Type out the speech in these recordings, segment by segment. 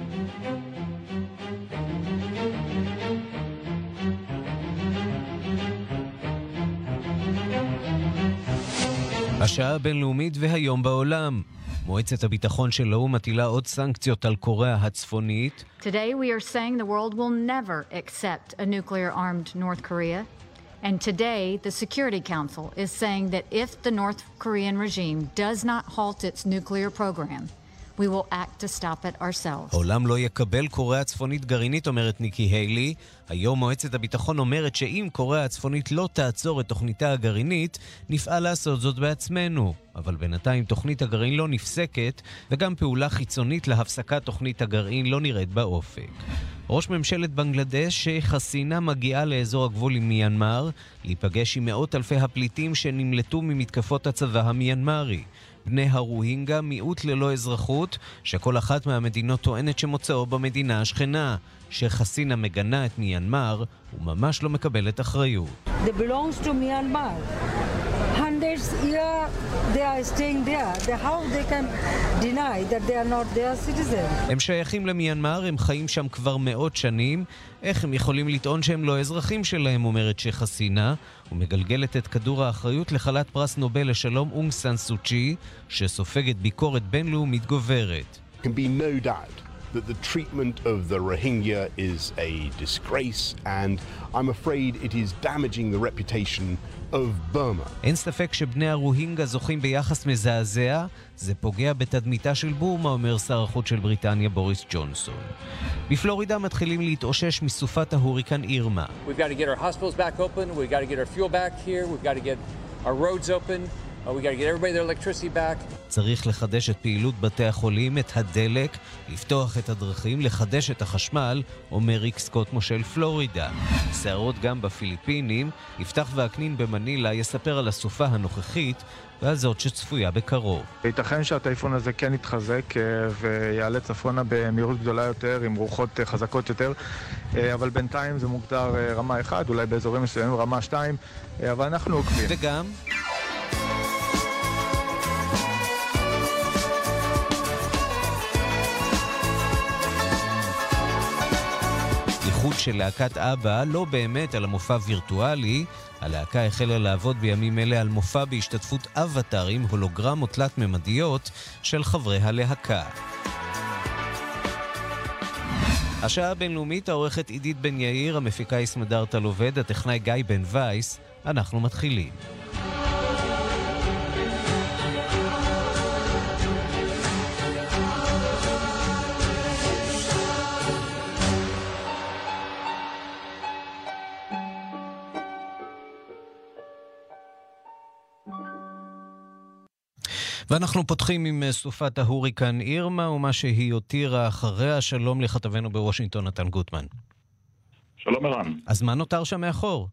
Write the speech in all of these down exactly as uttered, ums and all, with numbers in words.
השעה הבינלאומית והיום בעולם. מועצת הביטחון של האו"ם מטילה עוד סנקציות על קוריאה הצפונית. Today we are saying the world will never accept a nuclear-armed North Korea. And today the Security Council is saying that if the North Korean regime does not halt its nuclear program, we will act to stop it ourselves. העולם לא יקבל קוריאה הצפונית גרעינית, אומרת ניקי היילי. היום מועצת הביטחון אומרת שאם קוריאה הצפונית לא תעצור את תוכניתה הגרעינית, נפעל לעשות זאת בעצמנו. אבל בינתיים תוכנית הגרעין לא נפסקת, וגם פעולה חיצונית להפסקת תוכנית הגרעין לא נראית באופק. ראש ממשלת בנגלדש שייח חסינה מגיעה לאזור הגבול עם מיינמר, להיפגש עם מאות אלפי הפליטים שנמלטו ממתקפות הצבא המיינמרי. בני הרוהינגה, מיעוט ללא אזרחות, שכל אחת מהמדינות טוענת שמוצאו במדינה השכנה. שייח חסינה מגנה את מיינמר וממש לא מקבלת אחריות. They belongs to Myanmar. Hundreds year they are staying there. The how they can deny that they are not their citizens. הם שייכים למיינמר, הם חיים שם כבר מאות שנים. איך הם יכולים לטעון שהם לא אזרחים שלהם, אומרת שייח חסינה, ומגלגלת את כדור האחריות לחלת פרס נובל לשלום אונג סן סו צ'י, שסופגת ביקורת בינלאומית גוברת. Can be no doubt that the treatment of the Rohingya is a disgrace, and I'm afraid it is damaging the reputation of Burma. אין ספק שבני הרוהינגה זוכים ביחס מזעזע, זה פוגע בתדמיתה של בורמה, אומר שר החוץ של בריטניה בוריס ג'ונסון. בפלורידה מתחילים להתאושש מסופת ההוריקן אירמה. We've got to get our hospitals back open, we've got to get our fuel back here, we've got to get our roads open. Oh, we got to get everybody their electricity back. צריך לחדש את פעילות בתי החולים, את הדלק, לפתוח את הדרכים, לחדש את החשמל, אומר ריק סקוט מושל פלורידה. שערות גם בפיליפינים, יפתח והקנין במנילה יספר על הסופה הנוכחית ועל זאת שצפויה בקרוב. ייתכן שהטייפון הזה כן יתחזק ויעלה צפונה במהירות גדולה יותר, עם רוחות חזקות יותר, אבל בינתיים זה מוגדר רמה אחת, אולי באזורים מסוימים רמה שתיים, אבל אנחנו עוקבים. וגם איחוד של להקת אבא, לא באמת על המופע וירטואלי. הלהקה החלה לעבוד בימים אלה על מופע בהשתתפות אבטרים, הולוגרמות תלת-ממדיות של חברי הלהקה. השעה הבינלאומית, העורכת עידית בן יאיר, המפיקה יסמדר תלובד, הטכנאי גיא בן וייס. אנחנו מתחילים. ואנחנו פותחים עם סופת ההוריקן אירמה ומה שהיא הותירה אחריה. שלום לכתבנו בוושינגטון נתן גוטמן. שלום ערן. אז מה נותר שם מאחור?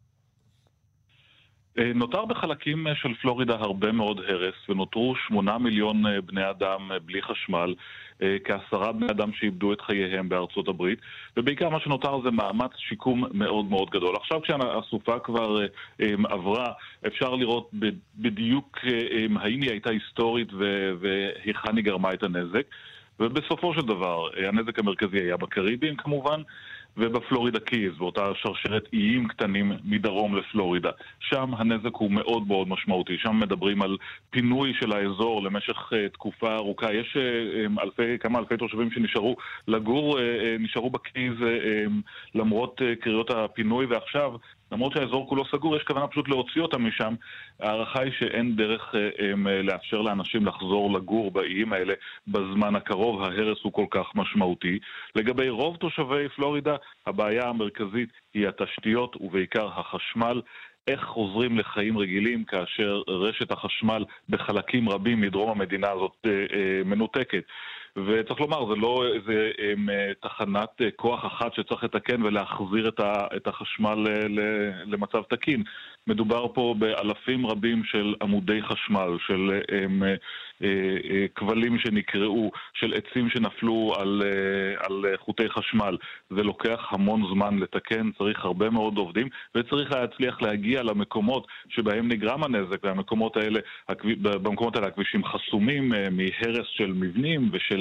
נותר בחלקים של פלורידה הרבה מאוד הרס, ונותרו שמונה מיליון בני אדם בלי חשמל, כעשרה בני אדם שאיבדו את חייהם בארצות הברית, ובעיקר מה שנותר זה מאמץ שיקום מאוד מאוד גדול. עכשיו כשהסופה כבר עברה, אפשר לראות בדיוק האם היא הייתה היסטורית והיכן היא גרמה את הנזק, ובסופו של דבר הנזק המרכזי היה בקריביים כמובן, ובפלורידה קיז, באותה שרשרת איים קטנים מדרום לפלורידה. שם הנזק הוא מאוד מאוד משמעותי. שם מדברים על פינוי של האזור למשך uh, תקופה ארוכה. יש uh, אלפי, כמה אלפי תושבים שנשארו לגור, uh, uh, נשארו בקיז uh, um, למרות uh, קריאות הפינוי, ועכשיו למרות שהאזור כולו סגור, יש כוונה פשוט להוציא אותם משם. הערכה היא שאין דרך הם, לאפשר לאנשים לחזור לגור באיים האלה בזמן הקרוב. ההרס הוא כל כך משמעותי. לגבי רוב תושבי פלורידה, הבעיה המרכזית היא התשתיות ובעיקר החשמל. איך חוזרים לחיים רגילים כאשר רשת החשמל בחלקים רבים מדרום המדינה הזאת אה, אה, מנותקת. וצריך לומר, זה לא איזה אה, תחנת אה, כוח אחת שצריך לתקן ולהחזיר את, ה, את החשמל אה, למצב תקין. מדובר פה באלפים רבים של עמודי חשמל, של אה, אה, אה, כבלים שנקראו, של עצים שנפלו על, אה, על חוטי חשמל. זה לוקח המון זמן לתקן, צריך הרבה מאוד עובדים, וצריך להצליח להגיע למקומות שבהם נגרם הנזק, והמקומות האלה, במקומות האלה הכבישים חסומים מהרס של מבנים ושל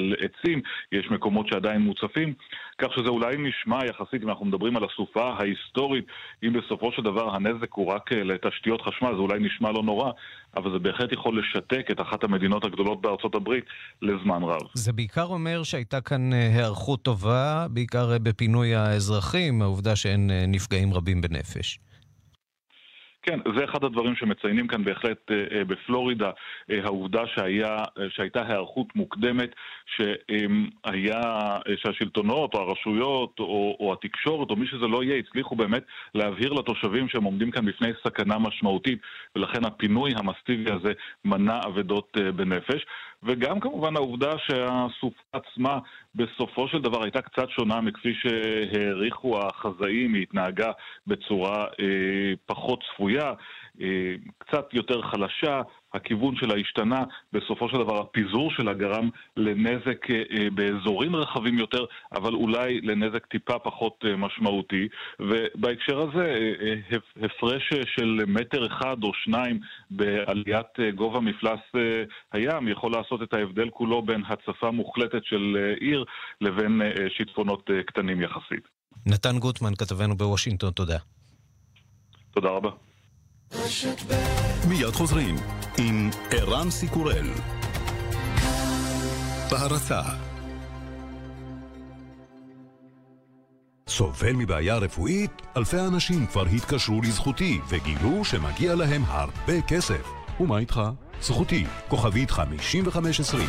של עצים, יש מקומות שעדיין מוצפים, כך שזה אולי נשמע יחסית, אם אנחנו מדברים על הסופה ההיסטורית, אם בסופו של דבר הנזק הוא רק לתשתיות חשמל, זה אולי נשמע לא נורא, אבל זה בהחלט יכול לשתק את אחת המדינות הגדולות בארצות הברית לזמן רב. זה בעיקר אומר שהייתה כאן הערכות טובה, בעיקר בפינוי האזרחים, העובדה שאין נפגעים רבים בנפש. כן, זה אחד הדברים שמציינים כאן בהחלט בפלורידה, העובדה שהיה, שהייתה הערכות מוקדמת, שהיה, שהשלטונות או הרשויות או, או התקשורת או מי שזה לא יהיה, הצליחו באמת להבהיר לתושבים שהם עומדים כאן בפני סכנה משמעותית, ולכן הפינוי המסיבי הזה מנע אבדות בנפש. וגם כמובן העובדה שהסופה עצמה בסופו של דבר הייתה קצת שונה מכפי שהעריכו החזאים, היא התנהגה בצורה אה, פחות צפויה, אה, קצת יותר חלשה, הכיוון שלה השתנה, בסופו של דבר הפיזור שלה גרם לנזק אה, באזורים רחבים יותר, אבל אולי לנזק טיפה פחות אה, משמעותי, ובהקשר הזה אה, הפרש של מטר אחד או שניים בעליית אה, גובה מפלס אה, הים יכול לעשות את ההבדל כולו בין הצפה מוחלטת של אה, עיר לבין אה, שיטפונות אה, קטנים יחסית. נתן גוטמן, כתבנו בוושינגטון, תודה. תודה רבה. מיד חוזרים עם ערן סיקורל בהרצה. סובל מבעיה רפואית? אלפי אנשים כבר התקשרו לזכותי וגילו שמגיע להם הרבה כסף. ומה איתך? זכותי, כוכבית חמישים וחמש עשרים.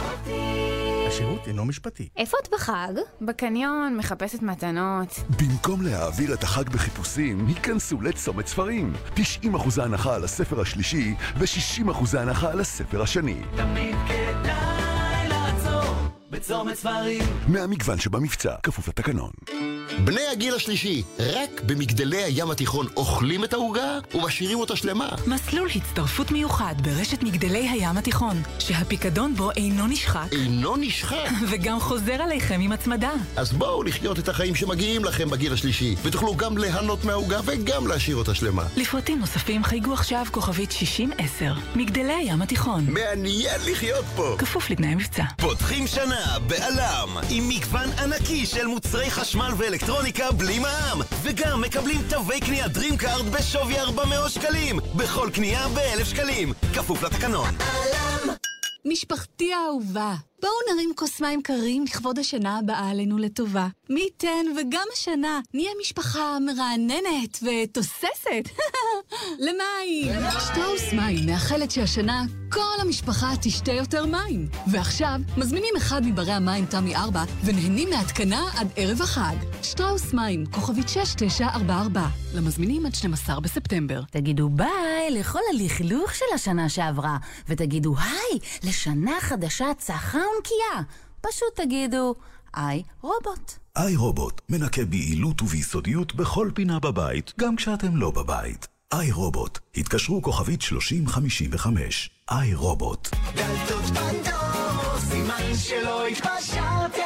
השירות אינו משפטי. איפה את בחג? בקניון, מחפשת מתנות. במקום להעביר את החג בחיפושים, היכנסו לצומת ספרים. תשעים אחוז הנחה על הספר השלישי ו-שישים אחוז הנחה על הספר השני. תמיד כדאי לעצור בצומת ספרים. מהמגוון שבמבצע, כפוף לתקנון. בני הגיל השלישי, רק במגדלי הים התיכון אוכלים את העוגה ומשאירים אותה שלמה. מסלול הצטרפות מיוחד ברשת מגדלי הים התיכון, שהפיקדון בו אינו נשחק. אינו נשחק? וגם חוזר עליכם עם הצמדה. אז בואו לחיות את החיים שמגיעים לכם בגיל השלישי, ותוכלו גם ליהנות מהעוגה וגם להשאיר אותה שלמה. לפרטים נוספים חייגו עכשיו כוכבית שישים עשר. מגדלי הים התיכון. מעניין לחיות פה. כפוף לתנאי מבצע. פותחים שנה בעלם עם מגוון ענקי של מוצרי חשמל ואלקטרוניקה בלי מע"מ, וגם מקבלים תווי קנייה דרים קארד בשווי ארבע מאות שקלים בכל קנייה ב-אלף שקלים, כפוף לתקנון. עלם. משפחתי האהובה, בואו נרים כוס מים קרים לכבוד השנה הבאה עלינו לטובה. מי ייתן וגם השנה נהיה משפחה מרעננת ותוססת. למים. שטראוס מים מאחלת שהשנה כל המשפחה תשתה יותר מים. ועכשיו מזמינים אחד מברי המים תמי ארבע ונהנים מהתקנה עד ערב החג. שטראוס מים, כוכבית שש תשע ארבע ארבע. למזמינים עד שנים עשר בספטמבר. תגידו ביי לכל הלכלוך של השנה שעברה, ותגידו היי לשנה חדשה צחה ונקייה. פשוט תגידו איי רובוט. איי רובוט מנקה ביעילות וביסודיות בכל פינה בבית, גם כשאתם לא בבית. איי רובוט, התקשרו כוכבית שלושים חמישים וחמש. איי רובוט. דלתות פנדור, סימן שלא התפשרתם.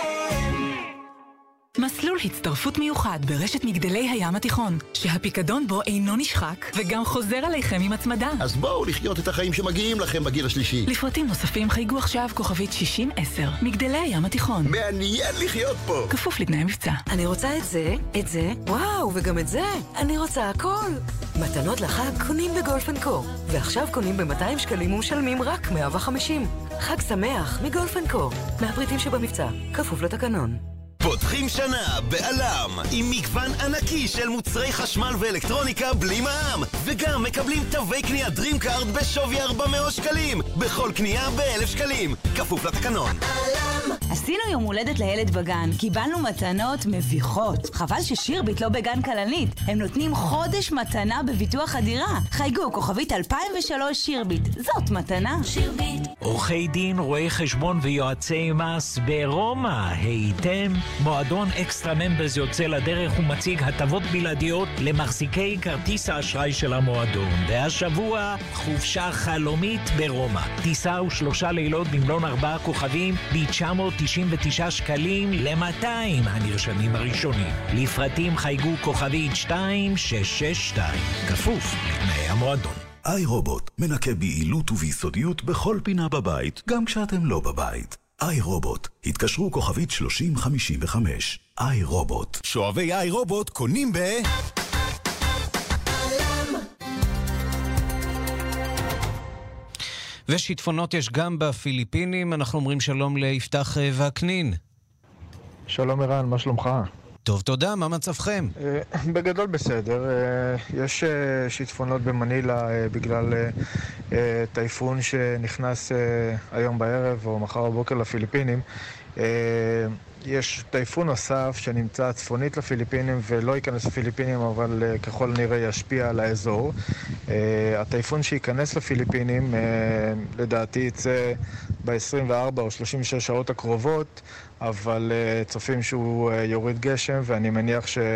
מסלול הצטרפות מיוחד ברשת מגדלי הים התיכון, שהפיקדון בו אינו נשחק וגם חוזר עליכם עם הצמדה. אז בואו לחיות את החיים שמגיעים לכם בגיל השלישי. לפרטים נוספים חייגו עכשיו כוכבית שישים עשר. מגדלי הים התיכון. מעניין לחיות פה. כפוף לתנאי מבצע. אני רוצה את זה, את זה, וואו, וגם את זה. אני רוצה הכל. מתנות לחג קונים בגולף אנד קו. ועכשיו קונים ב-מאתיים שקלים ומשלמים רק מאה וחמישים. חג שמח מגולף אנד קו. מהפריטים שבמבצע. כפוף לתקנון. פותחים שנה בעלם עם מגוון ענקי של מוצרי חשמל ואלקטרוניקה בלי מע"מ, וגם מקבלים תווי קנייה דרים קארד בשווי ארבע מאות שקלים בכל קנייה ב-אלף שקלים, כפוף לתקנון. עלם. עשינו יום הולדת לילד בגן, קיבלנו מתנות מביכות. חבל ששירביט לא בגן כלנית, הם נותנים חודש מתנה בביטוח הדירה. חייגו כוכבית אלפיים ושלוש שירביט, זאת מתנה. שירביט. עורכי דין, רואי חשבון ויועצי מס ברומא, הייתם? מועדון אקסטרה ממברס יוצא לדרך ומציג הטבות בלעדיות למחזיקי כרטיס האשראי של המועדון. והשבוע חופשה חלומית ברומא. טיסה ושלושה לילות במלון ארבעה כוכבים ב-תשע מאות תשעים ותשעה שקלים ל-מאתיים הנרשמים הראשונים. לפרטים חייגו כוכבית שתיים שש שש שתיים. כפוף לתנאי המועדון. איי רובוט מנקה ביעילות וביסודיות בכל פינה בבית, גם כשאתם לא בבית. איי רובוט, התקשרו כוכבית שלושים חמישים וחמש. איי רובוט. שואבי איי רובוט קונים ב... ושיטפונות יש גם בפיליפינים. אנחנו אומרים שלום ליפתח וקנין. שלום ערן, מה שלומך? טוב, תודה, מה מצבכם? בגדול בסדר. יש שיטפונות במנילה בגלל טייפון שנכנס היום בערב או מחר בבוקר לפיליפינים. יש טייפון נוסף שנמצא צפונית לפיליפינים ולא ייכנס לפיליפינים, אבל ככל נראה ישפיע על האזור. הטייפון שייכנס לפיליפינים לדעתי יצא ב-עשרים וארבע או שלושים ושש שעות הקרובות, אבל צופים שהוא יוריד גשם, ואני מניח ש...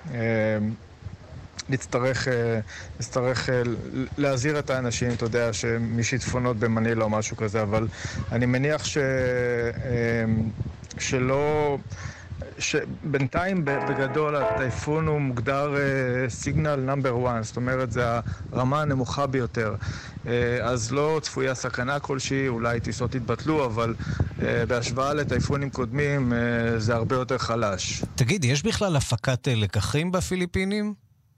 נצטרך, נצטרך להזהיר את האנשים, אתה יודע, שמשיטפונות במנילה או משהו כזה, אבל אני מניח ש... שלא... שבינתיים בגדול הטייפון הוא מוגדר סיגנל נאמבר אחת, זאת אומרת זה הרמה הנמוכה ביותר, אז לא צפויה סכנה כלשהי, אולי טיסות יתבטלו, אבל בהשוואה לטייפונים קודמים זה הרבה יותר חלש. תגיד, יש בכלל הפקת לקחים בפיליפינים?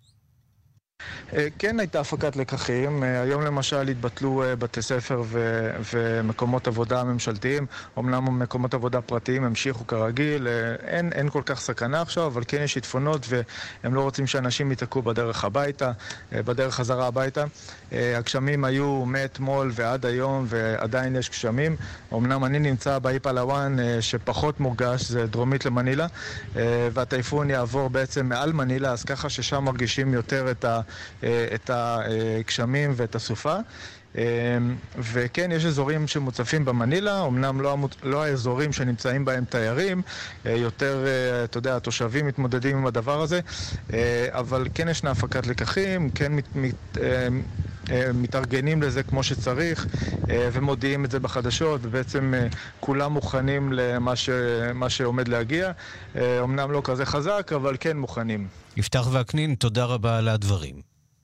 כן, הייתה הפקת לקחים. היום למשל התבטלו בתי ספר ו- ומקומות עבודה ממשלתיים. אמנם מקומות עבודה פרטיים המשיכו כרגיל. אין, אין כל כך סכנה עכשיו, אבל כן יש שיטפונות והם לא רוצים שאנשים ייתקעו בדרך הביתה, בדרך חזרה הביתה. הגשמים היו מאתמול ועד היום ועדיין יש גשמים. אמנם אני נמצא באי פלאוואן שפחות מורגש, זה דרומית למנילה, והטייפון יעבור בעצם מעל מנילה, אז ככה ששם מרגישים יותר את ה... את הגשמים ואת הסופה. וכן, יש אזורים שמוצפים במנילה, אמנם לא, לא האזורים שנמצאים בהם תיירים, יותר, אתה יודע, התושבים מתמודדים עם הדבר הזה, אבל כן ישנה הפקת לקחים, כן מת, מת, מתארגנים לזה כמו שצריך, ומודיעים את זה בחדשות, ובעצם כולם מוכנים למה ש, מה שעומד להגיע. אמנם לא כזה חזק, אבל כן מוכנים. יפתח וקנין, תודה רבה על הדברים.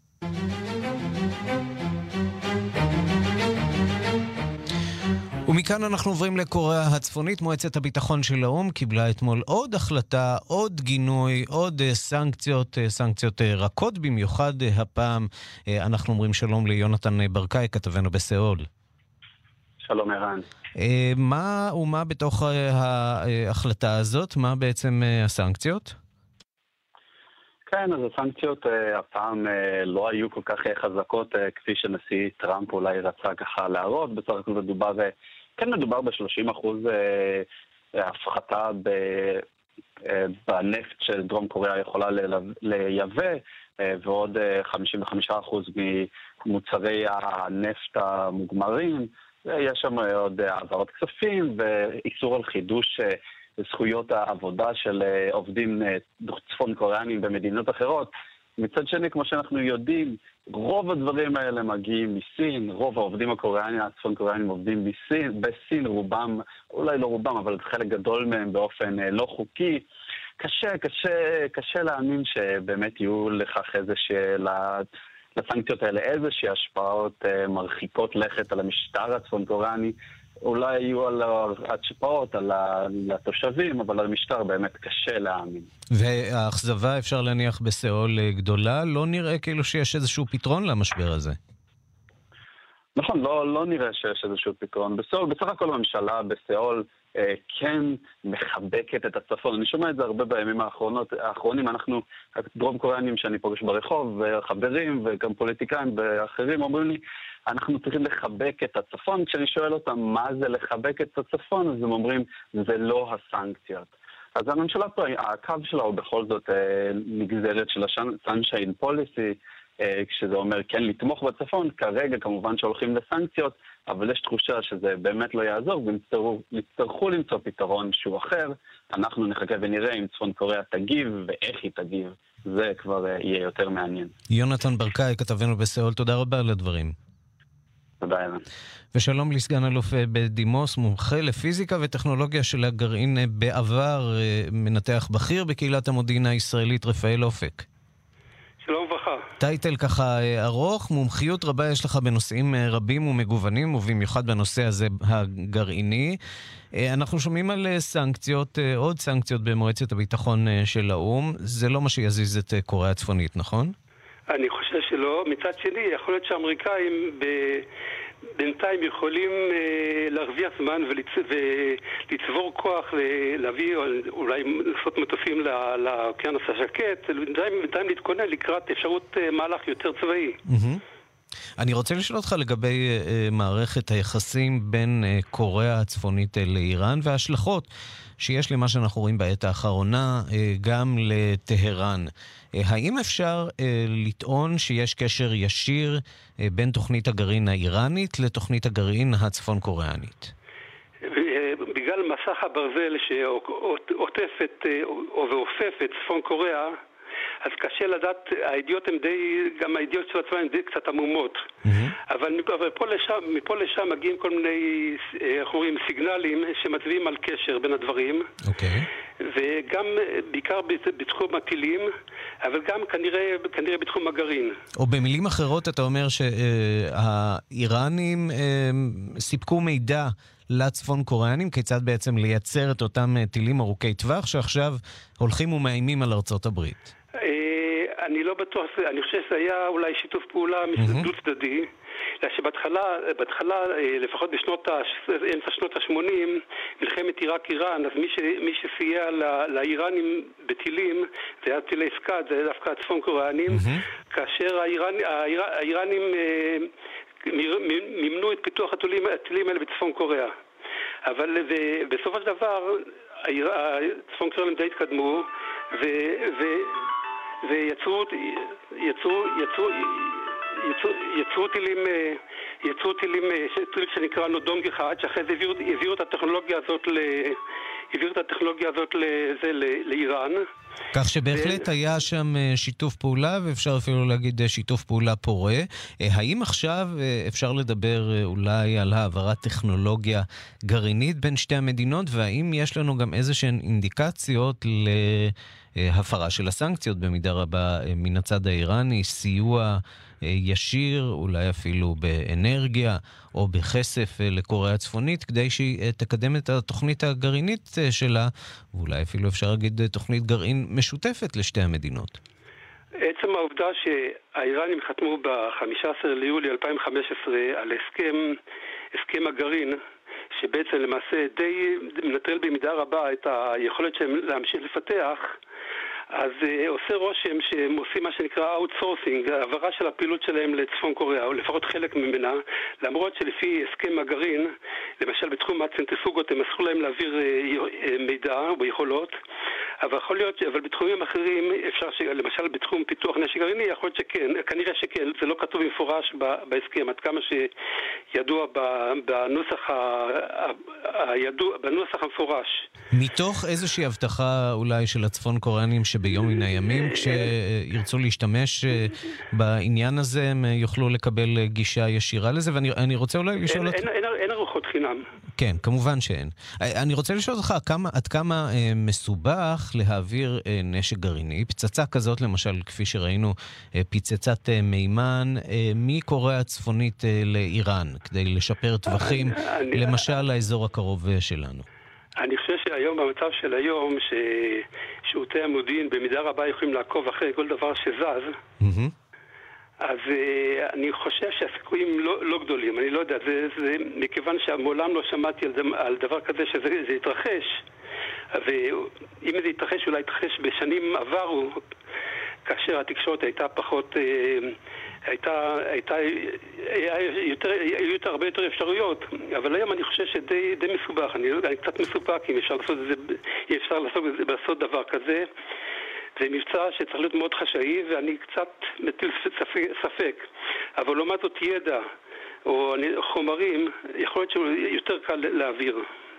ומכאן אנחנו עוברים לקוריאה הצפונית. מועצת הביטחון של האו"ם קיבלה אתמול עוד החלטה, עוד גינוי, עוד סנקציות, סנקציות רכות במיוחד הפעם. אנחנו אומרים שלום ליונתן ברקאי, כתבנו בסיאול. שלום ערן. מה ומה בתוך ההחלטה הזאת? מה בעצם הסנקציות? כן, אז הסנקציות הפעם לא היו כל כך חזקות כפי שנשיא טראמפ אולי רצה ככה להראות. בסך הכל מדובר, כן מדובר ב-שלושים אחוז הפחתה בנפט שדרום קוריאה יכולה לייבא, ועוד חמישים וחמישה אחוז ממוצרי הנפט המוגמרים. יש שם עוד העברות כספים ואיסור על חידוש זכויות העבודה של עובדים צפון קוריאנים במדינות אחרות. מצד שני, כמו שאנחנו יודעים, רוב הדברים האלה מגיעים מסין, רוב העובדים הקוריאנים, הצפון קוריאנים עובדים בסין, בסין רובם, אולי לא רובם, אבל חלק גדול מהם באופן לא חוקי. קשה, קשה, קשה להאמין שבאמת יהיו לכך איזושהי, לסנקציות האלה איזושהי השפעות מרחיקות לכת על המשטר הצפון קוריאני. אולי יהיו על ההשפעות, על התושבים, אבל על המשטר באמת קשה להאמין. והאכזבה אפשר להניח בסיאול גדולה, לא נראה כאילו שיש איזשהו פתרון למשבר הזה. נכון, לא, לא נראה שיש איזשהו פתרון. בסיאול, בסך הכל הממשלה בסיאול אה, כן מחבקת את הצפון. אני שומע את זה הרבה בימים האחרונות, האחרונים. אנחנו, דרום קוריאנים שאני פוגש ברחוב, וחברים וגם פוליטיקאים ואחרים אומרים לי, אנחנו צריכים לחבק את הצפון. כשאני שואל אותם מה זה לחבק את הצפון, אז הם אומרים, זה לא הסנקציות. אז הממשלה פה, הקו שלה הוא בכל זאת אה, נגזרת של ה-Sunshine Policy, אה, כשזה אומר כן לתמוך בצפון. כרגע כמובן שהולכים לסנקציות, אבל יש תחושה שזה באמת לא יעזור, ויצטרכו למצוא פתרון שהוא אחר. אנחנו נחכה ונראה אם צפון קוריאה תגיב ואיך היא תגיב. זה כבר אה, יהיה יותר מעניין. יונתן ברקאי, כתבנו בסיאול, תודה רבה על הדברים. תודה, אילן. ושלום לסגן אלוף בדימוס, מומחה לפיזיקה וטכנולוגיה של הגרעין בעבר, מנתח בכיר בקהילת המודיעין הישראלית, רפאל אופק. שלום וברכה. טייטל ככה ארוך, מומחיות רבה יש לך בנושאים רבים ומגוונים, ובמיוחד בנושא הזה הגרעיני. אנחנו שומעים על סנקציות, עוד סנקציות במועצת הביטחון של האום. זה לא מה שיזיז את קוריאה הצפונית, נכון? אני חושב שלא. מצד שני, יכול להיות שהאמריקאים ב... בינתיים יכולים אה, להרוויח זמן ולצ... ולצבור כוח ולהביא, אולי לעשות מטוסים לאוקיינוס השקט, בינתיים, בינתיים להתכונן לקראת אפשרות אה, מהלך יותר צבאי. Mm-hmm. אני רוצה לשאול אותך לגבי אה, מערכת היחסים בין אה, קוריאה הצפונית אה, לאיראן וההשלכות שיש למה שאנחנו רואים בעת האחרונה אה, גם לטהרן. האם אפשר אה, לטעון שיש קשר ישיר אה, בין תוכנית הגרעין האיראנית לתוכנית הגרעין הצפון-קוריאנית? בגלל מסך הברזל שעוטף את, או ואופף את צפון קוריאה, אז קשה לדעת, הידיעות הן די, גם הידיעות של עצמם הן די קצת עמומות. Mm-hmm. אבל, אבל מפה לשם, מפה לשם מגיעים כל מיני, איך אומרים, סיגנלים שמצביעים על קשר בין הדברים. אוקיי. Okay. וגם בעיקר בתחום הטילים, אבל גם כנראה, כנראה בתחום הגרעין. או במילים אחרות אתה אומר שהאיראנים סיפקו מידע לצפון קוריאנים, כיצד בעצם לייצר את אותם טילים ארוכי טווח שעכשיו הולכים ומאיימים על ארצות הברית. אני לא בטוח, אני חושב שזה היה אולי שיתוף פעולה דו צדדי, שבהתחלה, בהתחלה, לפחות בשנות, אמצע שנות ה-שמונים, מלחמת עיראק-איראן, אז מי, ש, מי שסייע לאיראנים בטילים, זה היה טילי סקאד, זה היה דווקא הצפון קוריאנים, כאשר האיראן, האיראנים מימנו את פיתוח הטילים, הטילים האלה בצפון קוריאה. אבל בסופו של דבר, הצפון קוריאנים די התקדמו, ו... ו ויצרו יצרו יצרו יצרו יצרו טילים יצרו טילים שנקרא נודונג אחד, שאחרי זה הביאו הביאו את הטכנולוגיה הזאת ל הביאו את הטכנולוגיה הזאת לזה לאיראן. כך שבהחלט היה שם שיתוף פעולה, ואפשר אפילו להגיד שיתוף פעולה פורה. האם עכשיו אפשר לדבר אולי על העברת טכנולוגיה גרעינית בין שתי המדינות, והאם יש לנו גם איזשהן אינדיקציות להפרה של הסנקציות במידה רבה מן הצד האיראני, סיוע ישיר, אולי אפילו באנרגיה או בכסף לקוריאה הצפונית, כדי שהיא תקדם את התוכנית הגרעינית שלה, ואולי אפילו אפשר להגיד תוכנית גרעין משותפת לשתי המדינות. עצם העובדה שהאיראנים חתמו ב-חמישה עשר ליולי אלפיים וחמש עשרה על הסכם, הסכם הגרעין, שבעצם למעשה די מנטרל במידה רבה את היכולת שלהם להמשיך לפתח, אז uh, עושה רושם שהם עושים מה שנקרא outsourcing, העברה של הפעילות שלהם לצפון קוריאה, או לפחות חלק ממנה, למרות שלפי הסכם הגרעין, למשל בתחום הצנטריפוגות, הם אסור להם להעביר uh, uh, מידע ויכולות, אבל יכול להיות, אבל בתחומים אחרים אפשר, ש, למשל בתחום פיתוח נשק גרעיני, יכול להיות שכן, כנראה שכן, זה לא כתוב במפורש בהסכם, עד כמה שידוע בנוסח, ה, הידוע, בנוסח המפורש. מתוך איזושהי הבטחה אולי של הצפון קוריאנים שביום מן הימים, כשירצו להשתמש בעניין הזה, הם יוכלו לקבל גישה ישירה לזה, ואני רוצה אולי לשאול אותך... אין ארוחות חינם. כן, כמובן שאין. אני רוצה לשאול אותך עד כמה מסובך להעביר נשק גרעיני, פצצה כזאת למשל, כפי שראינו, פצצת מימן, מקוריאה הצפונית לאיראן, כדי לשפר טווחים, למשל לאזור הקרוב שלנו. אני חושב שהיום, במצב של היום, ששירותי המודיעין במידה רבה יכולים לעקוב אחרי כל דבר שזז, אז uh, אני חושב שהסיכויים לא, לא גדולים. אני לא יודע, זה, זה מכיוון שמעולם לא שמעתי על, זה, על דבר כזה שזה זה יתרחש, ואם זה יתרחש, אולי יתרחש בשנים עברו, כאשר התקשורת הייתה פחות... Uh, הייתה, הייתה, היו יותר, יותר, הרבה יותר אפשרויות, אבל היום אני חושב שדי די מסובך, אני, אני קצת מסופק אם אפשר לעשות, זה, אפשר לעשות, לעשות דבר כזה. זה מבצע שצריך להיות מאוד חשאי, ואני קצת מטיל ספק, אבל לעומת זאת ידע או חומרים, יכול להיות שהוא יותר קל להעביר.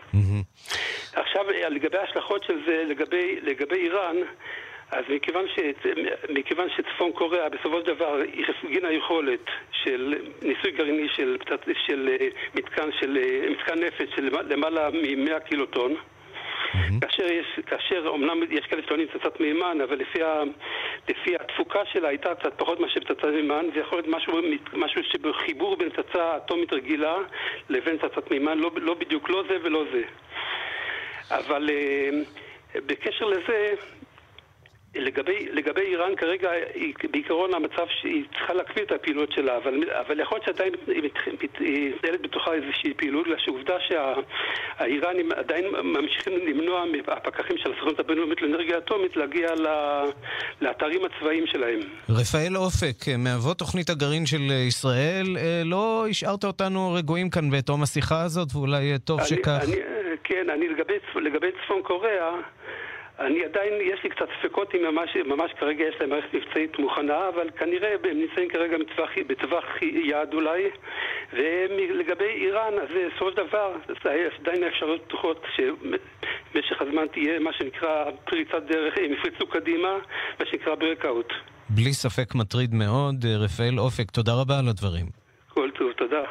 עכשיו, לגבי ההשלכות של זה, לגבי, לגבי איראן, אז מכיוון, ש... מכיוון שצפון קוריאה בסופו של דבר היא הפגינה יכולת של ניסוי גרעיני של, של מתקן, של מתקן נפץ של למעלה מ-מאה קילוטון, כאשר יש, כאשר אומנם יש כאלה שטוענים פצצת מימן, אבל לפי, ה, לפי התפוקה שלה הייתה קצת פחות מאשר פצצת מימן, זה יכול להיות משהו, משהו שבחיבור בין פצצה אטומית רגילה לבין פצצת מימן, לא, לא בדיוק לא זה ולא זה. אבל בקשר לזה, לגבי, לגבי איראן כרגע, בעיקרון המצב שהיא צריכה להקפיא את הפעילות שלה, אבל, אבל יכול להיות שעדיין היא מתנהלת בתוכה איזושהי פעילות, שעובדה שהאיראנים עדיין ממשיכים למנוע מהפקחים של הסוכנות הבינלאומית לאנרגיה אטומית להגיע לאתרים הצבאיים שלהם. רפאל אופק, מאבות תוכנית הגרעין של ישראל, לא השארת אותנו רגועים כאן בתום השיחה הזאת, ואולי טוב אני, שכך. אני, כן, אני לגבי, לגבי צפון קוריאה, אני עדיין, יש לי קצת ספקות אם ממש, ממש כרגע יש להם מערכת מבצעית מוכנה, אבל כנראה הם נמצאים כרגע בטווח, בטווח יעד אולי. ולגבי איראן, אז בסופו של דבר, עדיין האפשרויות פתוחות שבמשך הזמן תהיה מה שנקרא פריצת דרך, הם יפריצו קדימה, מה שנקרא ברקאוט. בלי ספק מטריד מאוד. רפאל אופק, תודה רבה על הדברים. כל טוב, תודה.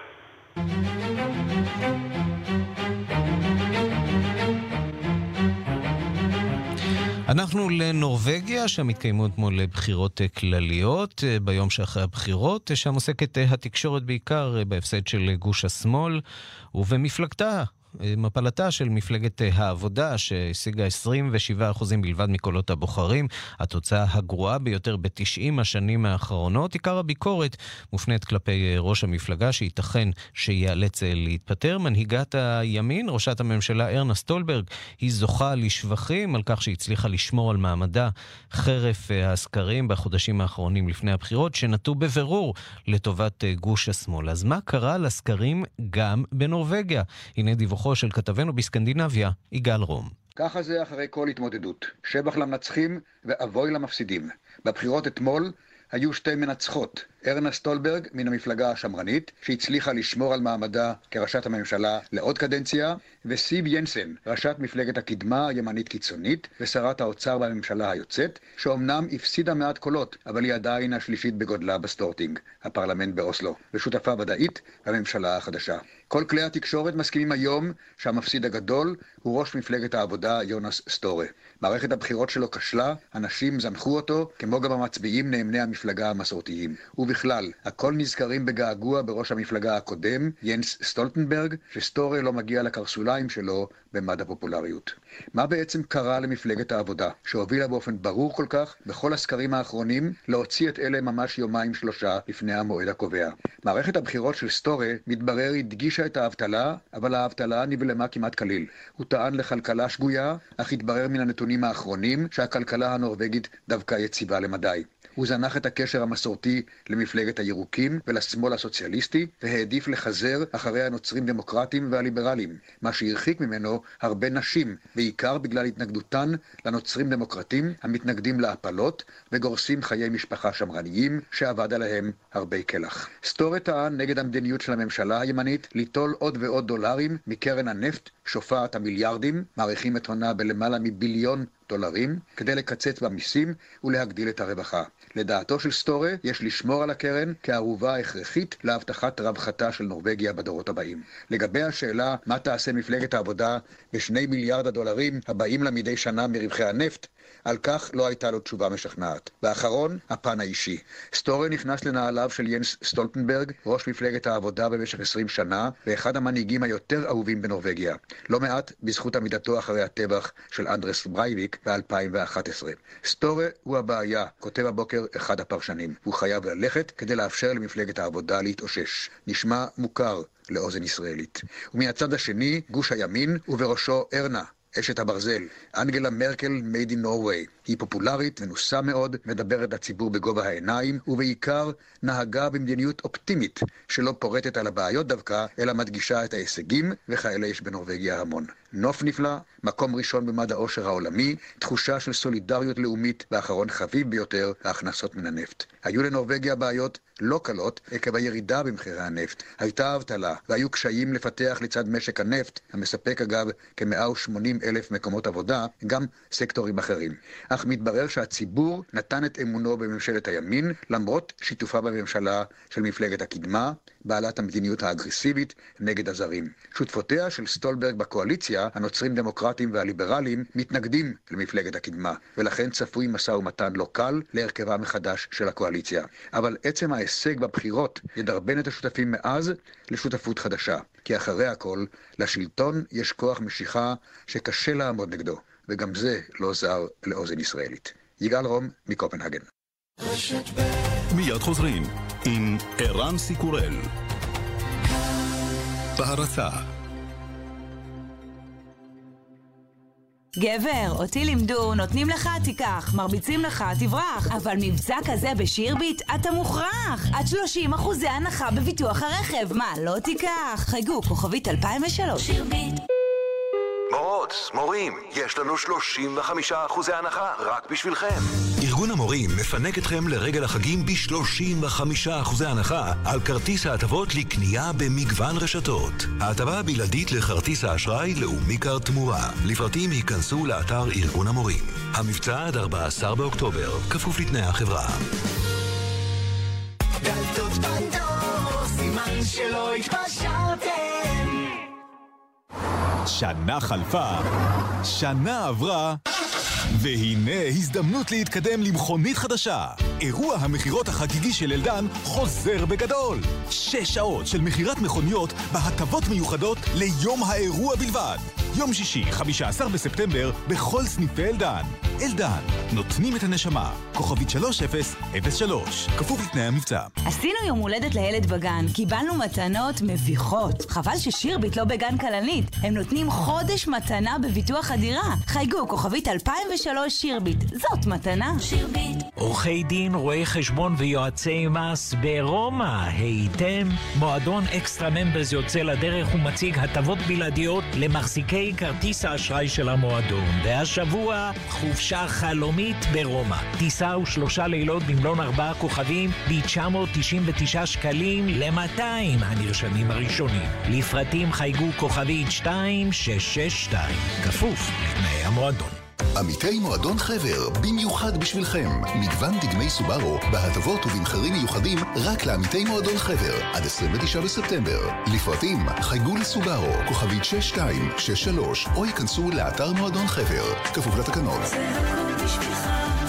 אנחנו לנורווגיה, שם התקיימו אתמול בחירות כלליות. ביום שאחרי הבחירות, שם עוסקת התקשורת בעיקר בהפסד של גוש השמאל, ובמפלגתה, מפלתה של מפלגת העבודה, שהשיגה עשרים ושבעה אחוזים בלבד מקולות הבוחרים, התוצאה הגרועה ביותר ב-תשעים השנים האחרונות. עיקר הביקורת מופנית כלפי ראש המפלגה, שייתכן שיאלץ להתפטר. מנהיגת הימין, ראשת הממשלה ארנה סטולברג, היא זוכה לשבחים על כך שהצליחה לשמור על מעמדה חרף הסקרים בחודשים האחרונים לפני הבחירות, שנטו בבירור לטובת גוש השמאל. אז מה קרה לסקרים גם בנורווגיה? הנה דיווח של כתבנו בסקנדינביה, יגאל רום. ככה זה אחרי כל התמודדות. שבח למנצחים ואבוי למפסידים. בבחירות אתמול היו שתי מנצחות. ארנה סטולברג מן המפלגה השמרנית, שהצליחה לשמור על מעמדה כראשת הממשלה לעוד קדנציה, וסיב ינסן, ראשת מפלגת הקדמה הימנית קיצונית, ושרת האוצר בממשלה היוצאת, שאומנם הפסידה מעט קולות, אבל היא עדיין השלישית בגודלה בסטורטינג, הפרלמנט באוסלו, ושותפה ודאית בממשלה החדשה. כל כלי התקשורת מסכימים היום שהמפסיד הגדול הוא ראש מפלגת העבודה יונס סטורה. מערכת הבחירות שלו כשלה, אנשים זנחו אותו, כמו גם המצביעים נאמני המפלגה המסורתיים. ובכלל, הכל נזכרים בגעגוע בראש המפלגה הקודם, ינס סטולטנברג, שסטורה לא מגיע לקרסוליים שלו במד הפופולריות. מה בעצם קרה למפלגת העבודה, שהובילה באופן ברור כל כך בכל הסקרים האחרונים להוציא את אלה ממש יומיים שלושה לפני המועד הקובע? מערכת הבחירות של סטורה מתברר הדגישה את האבטלה, אבל האבטלה נבלמה כמעט כליל. הוא טען לכלכלה שגויה, אך התברר מן הנתונים האחרונים שהכלכלה הנורווגית דווקא יציבה למדי. הוא זנח את הקשר המסורתי למפלגת הירוקים ולשמאל הסוציאליסטי, והעדיף לחזר אחרי הנוצרים דמוקרטים והליברלים, מה שהרחיק ממנו הרבה נשים, בעיקר בגלל התנגדותן לנוצרים דמוקרטים המתנגדים להפלות וגורסים חיי משפחה שמרניים שעבד עליהם הרבה כלח. סטורה טען נגד המדיניות של הממשלה הימנית ליטול עוד ועוד דולרים מקרן הנפט שופעת המיליארדים, מעריכים את הונה בלמעלה מביליון דולרים, כדי לקצץ במיסים ולהגדיל את הרווחה. לדעתו של סטורה, יש לשמור על הקרן כערובה הכרחית להבטחת רווחתה של נורווגיה בדורות הבאים. לגבי השאלה מה תעשה מפלגת העבודה בשני מיליארד הדולרים הבאים לה מדי שנה מרווחי הנפט, על כך לא הייתה לו תשובה משכנעת. באחרון, הפן האישי. סטורה נכנס לנעליו של ינס סטולטנברג, ראש מפלגת העבודה במשך עשרים שנה, ואחד המנהיגים היותר אהובים בנורווגיה. לא מעט בזכות עמידתו אחרי הטבח של אנדרס ברייביק ב-אלפיים ואחת עשרה. סטורה הוא הבעיה, כותב הבוקר אחד הפרשנים. הוא חייב ללכת כדי לאפשר למפלגת העבודה להתאושש. נשמע מוכר לאוזן ישראלית. ומהצד השני, גוש הימין, ובראשו ארנה, אשת הברזל. אנגלה מרקל made in Norway. היא פופולרית ונוסה מאוד, מדברת לציבור בגובה העיניים, ובעיקר נהגה במדיניות אופטימית, שלא פורטת על הבעיות דווקא, אלא מדגישה את ההישגים, וכאלה יש בנורווגיה המון. נוף נפלא, מקום ראשון במד האושר העולמי, תחושה של סולידריות לאומית, ואחרון חביב ביותר, ההכנסות מן הנפט. היו לנורווגיה בעיות לא קלות עקב הירידה במחירי הנפט. הייתה אבטלה, והיו קשיים לפתח לצד משק הנפט, המספק אגב כ-מאה ושמונים אלף מקומות עבודה, גם סקטורים אחרים. אך מתברר שהציבור נתן את אמונו בממשלת הימין, למרות שיתופה בממשלה של מפלגת הקדמה, בעלת המדיניות האגרסיבית נגד הזרים. שותפותיה של סטולברג בקואליציה, הנוצרים דמוקרטים והליברלים, מתנגדים למפלגת הקדמה, ולכן צפוי משא ומתן לא קל להרכבה מחדש של הקואליציה. אבל עצם ההישג בבחירות ידרבן את השותפים מאז לשותפות חדשה, כי אחרי הכל, לשלטון יש כוח משיכה שקשה לעמוד נגדו, וגם זה לא זר לאוזן ישראלית. יגאל רום מקופנהגן. מיד חוזרים עם ערן סיקורל. בהרצה גבר, אותי לימדו, נותנים לך תיקח, מרביצים לך תברח, אבל מבצע כזה בשירביט אתה מוכרח. עד שלושים אחוזי הנחה בביטוח הרכב, מה לא תיקח? חייגו כוכבית אלפיים ושלוש. שירביט. מורות, מורים, יש לנו שלושים וחמישה אחוזי הנחה רק בשבילכם. ארגון המורים מפנק אתכם לרגל החגים ב-שלושים וחמישה אחוזי הנחה על כרטיס ההטבות לקנייה במגוון רשתות. ההטבה הבלעדית לכרטיס האשראי לאומי קארד תמורה. לפרטים ייכנסו לאתר ארגון המורים. המבצע עד ארבעה עשר באוקטובר, כפוף לתנאי החברה. דלתות פנדור, סימן שלא התפשרתם. שנה חלפה, שנה עברה, והנה הזדמנות להתקדם למכונית חדשה. אירוע המחירות החגיגי של אלדן חוזר בגדול. שש שעות של מחירת מכוניות בהטבות מיוחדות ליום האירוע בלבד. יום שישי, חמישה עשר בספטמבר, בכל סניפי אלדן. אלדן, נותנים את הנשמה. כוכבית שלוש אפס אפס שלוש. כפוף לתנאי המבצע. עשינו יום הולדת לילד בגן. קיבלנו מתנות מביכות. חבל ששירביט לא בגן כלנית. הם נותנים חודש מתנה בביטוח הדירה. חייגו כוכבית אלפיים ושלוש שירביט. זאת מתנה. שירביט. עורכי דין, רואי חשבון ויועצי מס ברומא. הייתם? מועדון אקסטרה ממברס יוצא לדרך ומציג הטבות בלעדיות למחזיקי כרטיס האשראי של המועדון. והשבוע חופשה חלומית ברומא. טיסה ושלושה לילות במלון ארבעה כוכבים ב-תשע מאות תשעים ותשעה שקלים ל-מאתיים הנרשמים הראשונים. לפרטים חייגו כוכבית שתיים שש שש שתיים. כפוף לתנאי המועדון. עמיתי מועדון חבר, במיוחד בשבילכם. מגוון דגמי סובארו, בהטבות ובמחירים מיוחדים רק לעמיתי מועדון חבר, עד עשרים ותשעה בספטמבר. לפרטים, חייגו לסובארו, כוכבית שש שתיים שש שלוש, או ייכנסו לאתר מועדון חבר, כפוף לתקנות. זה הכל בשבילך.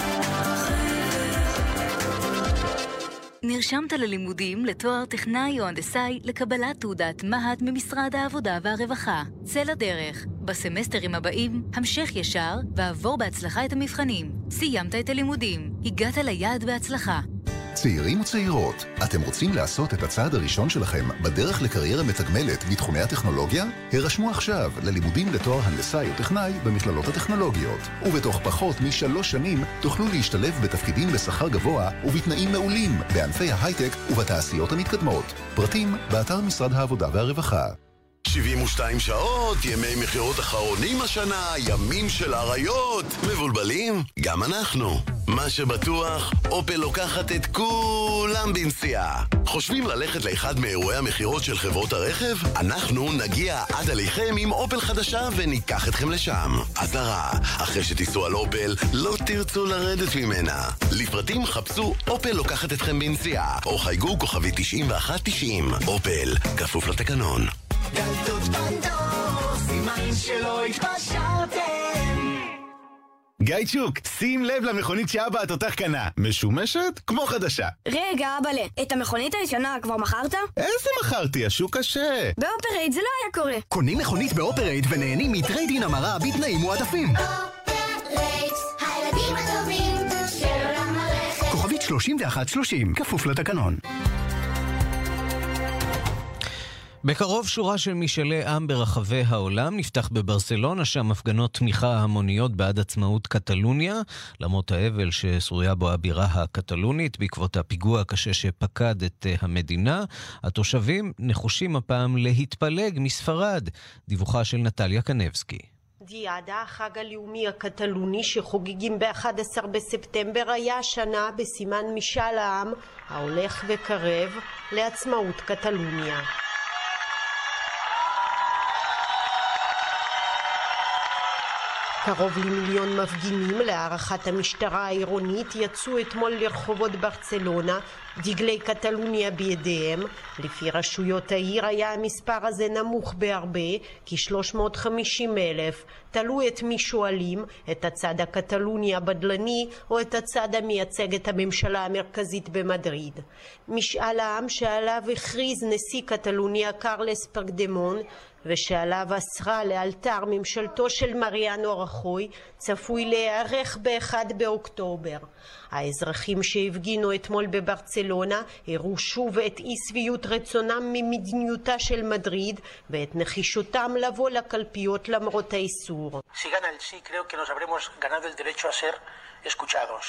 נרשמת ללימודים לתואר טכנאי או הנדסאי לקבלת תעודת מה"ט ממשרד העבודה והרווחה. צא לדרך. בסמסטרים הבאים, המשך ישר ועבור בהצלחה את המבחנים. סיימת את הלימודים. הגעת ליעד בהצלחה. צעירים וצעירות, אתם רוצים לעשות את הצעד הראשון שלכם בדרך לקריירה מתגמלת בתחומי הטכנולוגיה? הרשמו עכשיו ללימודים לתואר הנדסאי או טכנאי במכללות הטכנולוגיות. ובתוך פחות משלוש שנים תוכלו להשתלב בתפקידים בשכר גבוה ובתנאים מעולים בענפי ההייטק ובתעשיות המתקדמות. פרטים באתר משרד העבודה והרווחה. שבעים ושתיים שעות, ימי מחירות אחרונים השנה, ימים של עריות. מבולבלים? גם אנחנו. מה שבטוח, אופל לוקחת את כולם בנסיעה. חושבים ללכת לאחד מאירועי המחירות של חברות הרכב? אנחנו נגיע עד עליכם עם אופל חדשה וניקח אתכם לשם. עזרה, אחרי שתיסעו על אופל, לא תרצו לרדת ממנה. לפרטים חפשו אופל לוקחת אתכם בנסיעה, או חייגו כוכבי תשעים ואחת תשעים. אופל, כפוף לתקנון. דלתות פנדור, סימן שלא התפשרתם. גיא צ'וק, שים לב למכונית שאבא התותח קנה. משומשת כמו חדשה. רגע, אבאלה, את המכונית הישנה כבר מכרת? איזה מכרתי? השוק קשה. באופרייט זה לא היה קורה. קונים מכונית באופרייט ונהנים מטרייד-אין המרה בתנאים מועדפים. אופרייט, הילדים הטובים של עולם הרכב. כוכבית שלושים ואחת שלושים, כפוף לתקנון. בקרוב שורה של משאלי עם ברחבי העולם. נפתח בברסלונה, שם הפגנות תמיכה המוניות בעד עצמאות קטלוניה, למרות האבל ששרויה בו הבירה הקטלונית בעקבות הפיגוע הקשה שפקד את המדינה. התושבים נחושים הפעם להתפלג מספרד. דיווחה של נטליה קנבסקי. דיאדה, החג הלאומי הקטלוני שחוגגים ב-אחד עשר בספטמבר, היה השנה בסימן משאל העם ההולך וקרב לעצמאות קטלוניה. קרוב למיליון מפגינים להערכת המשטרה העירונית יצאו אתמול לרחובות ברצלונה, דגלי קטלוניה בידיהם. לפי רשויות העיר היה המספר הזה נמוך בהרבה, כ-שלוש מאות וחמישים אלף. תלוי את מי שואלים, את הצד הקטלוני הבדלני או את הצד המייצג את הממשלה המרכזית במדריד. משאל העם שעליו הכריז נשיא קטלוניה קרלס פוגדמון ושעליו אסרה לאלתר ממשלתו של מריאנו רחוי צפוי להיערך ב-אחד באוקטובר. האזרחים שהפגינו אתמול בברצלונה הראו שוב את אי שביעות רצונם ממדיניותה של מדריד ואת נחישותם לבוא לקלפיות למרות האיסור. Si gana el sí, creo que nos habremos ganado el derecho a ser escuchados.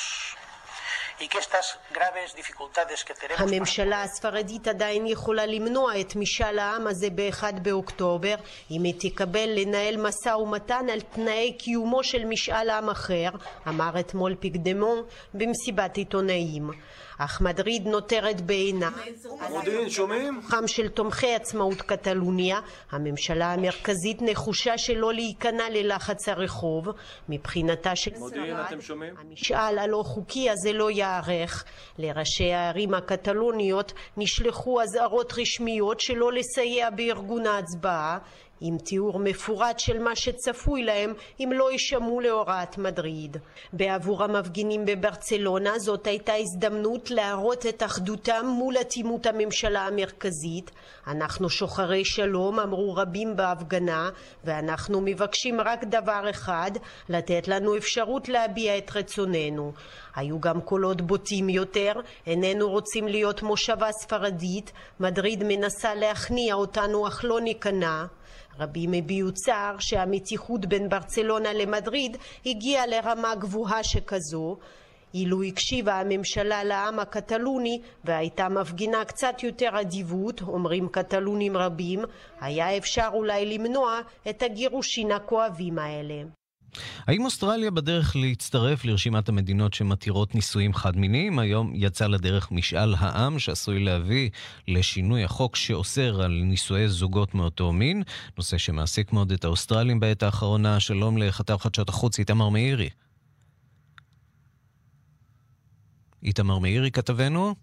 הממשלה הספרדית עדיין יכולה למנוע את משאל העם הזה באחד באוקטובר אם היא תקבל לנהל משא ומתן על תנאי קיומו של משאל עם אחר, אמר אתמול פוגדמון במסיבת עיתונאים. אך מדריד נותרת בעינה. מודיעין, שומעים? חם של תומכי עצמאות קטלוניה, הממשלה המרכזית נחושה שלא להיכנע ללחץ הרחוב. מבחינתה של מודיעין, אתם שומעים? המשאל הלא חוקי הזה לא יערך. לראשי הערים הקטלוניות נשלחו אזהרות רשמיות שלא לסייע בארגון ההצבעה, עם תיאור מפורט של מה שצפוי להם אם לא יישמעו להוראת מדריד. בעבור המפגינים בברצלונה זאת הייתה הזדמנות להראות את אחדותם מול אטימות הממשלה המרכזית. אנחנו שוחרי שלום, אמרו רבים בהפגנה, ואנחנו מבקשים רק דבר אחד, לתת לנו אפשרות להביע את רצוננו. היו גם קולות בוטים יותר, איננו רוצים להיות מושבה ספרדית, מדריד מנסה להכניע אותנו אך לא ניכנע. רבים הביעו צער שהמתיחות בין ברצלונה למדריד הגיעה לרמה גבוהה שכזו. אילו הקשיבה הממשלה לעם הקטלוני והייתה מפגינה קצת יותר אדיבות, אומרים קטלונים רבים, היה אפשר אולי למנוע את הגירושין הכואבים האלה. האם אוסטרליה בדרך להצטרף לרשימת המדינות שמתירות נישואים חד-מיניים? היום יצא לדרך משאל העם שעשוי להביא לשינוי החוק שאוסר על נישואי זוגות מאותו מין, נושא שמעסיק מאוד את האוסטרלים בעת האחרונה. שלום לכתב חדשות החוץ איתמר מאירי. איתמר מאירי כתבנו?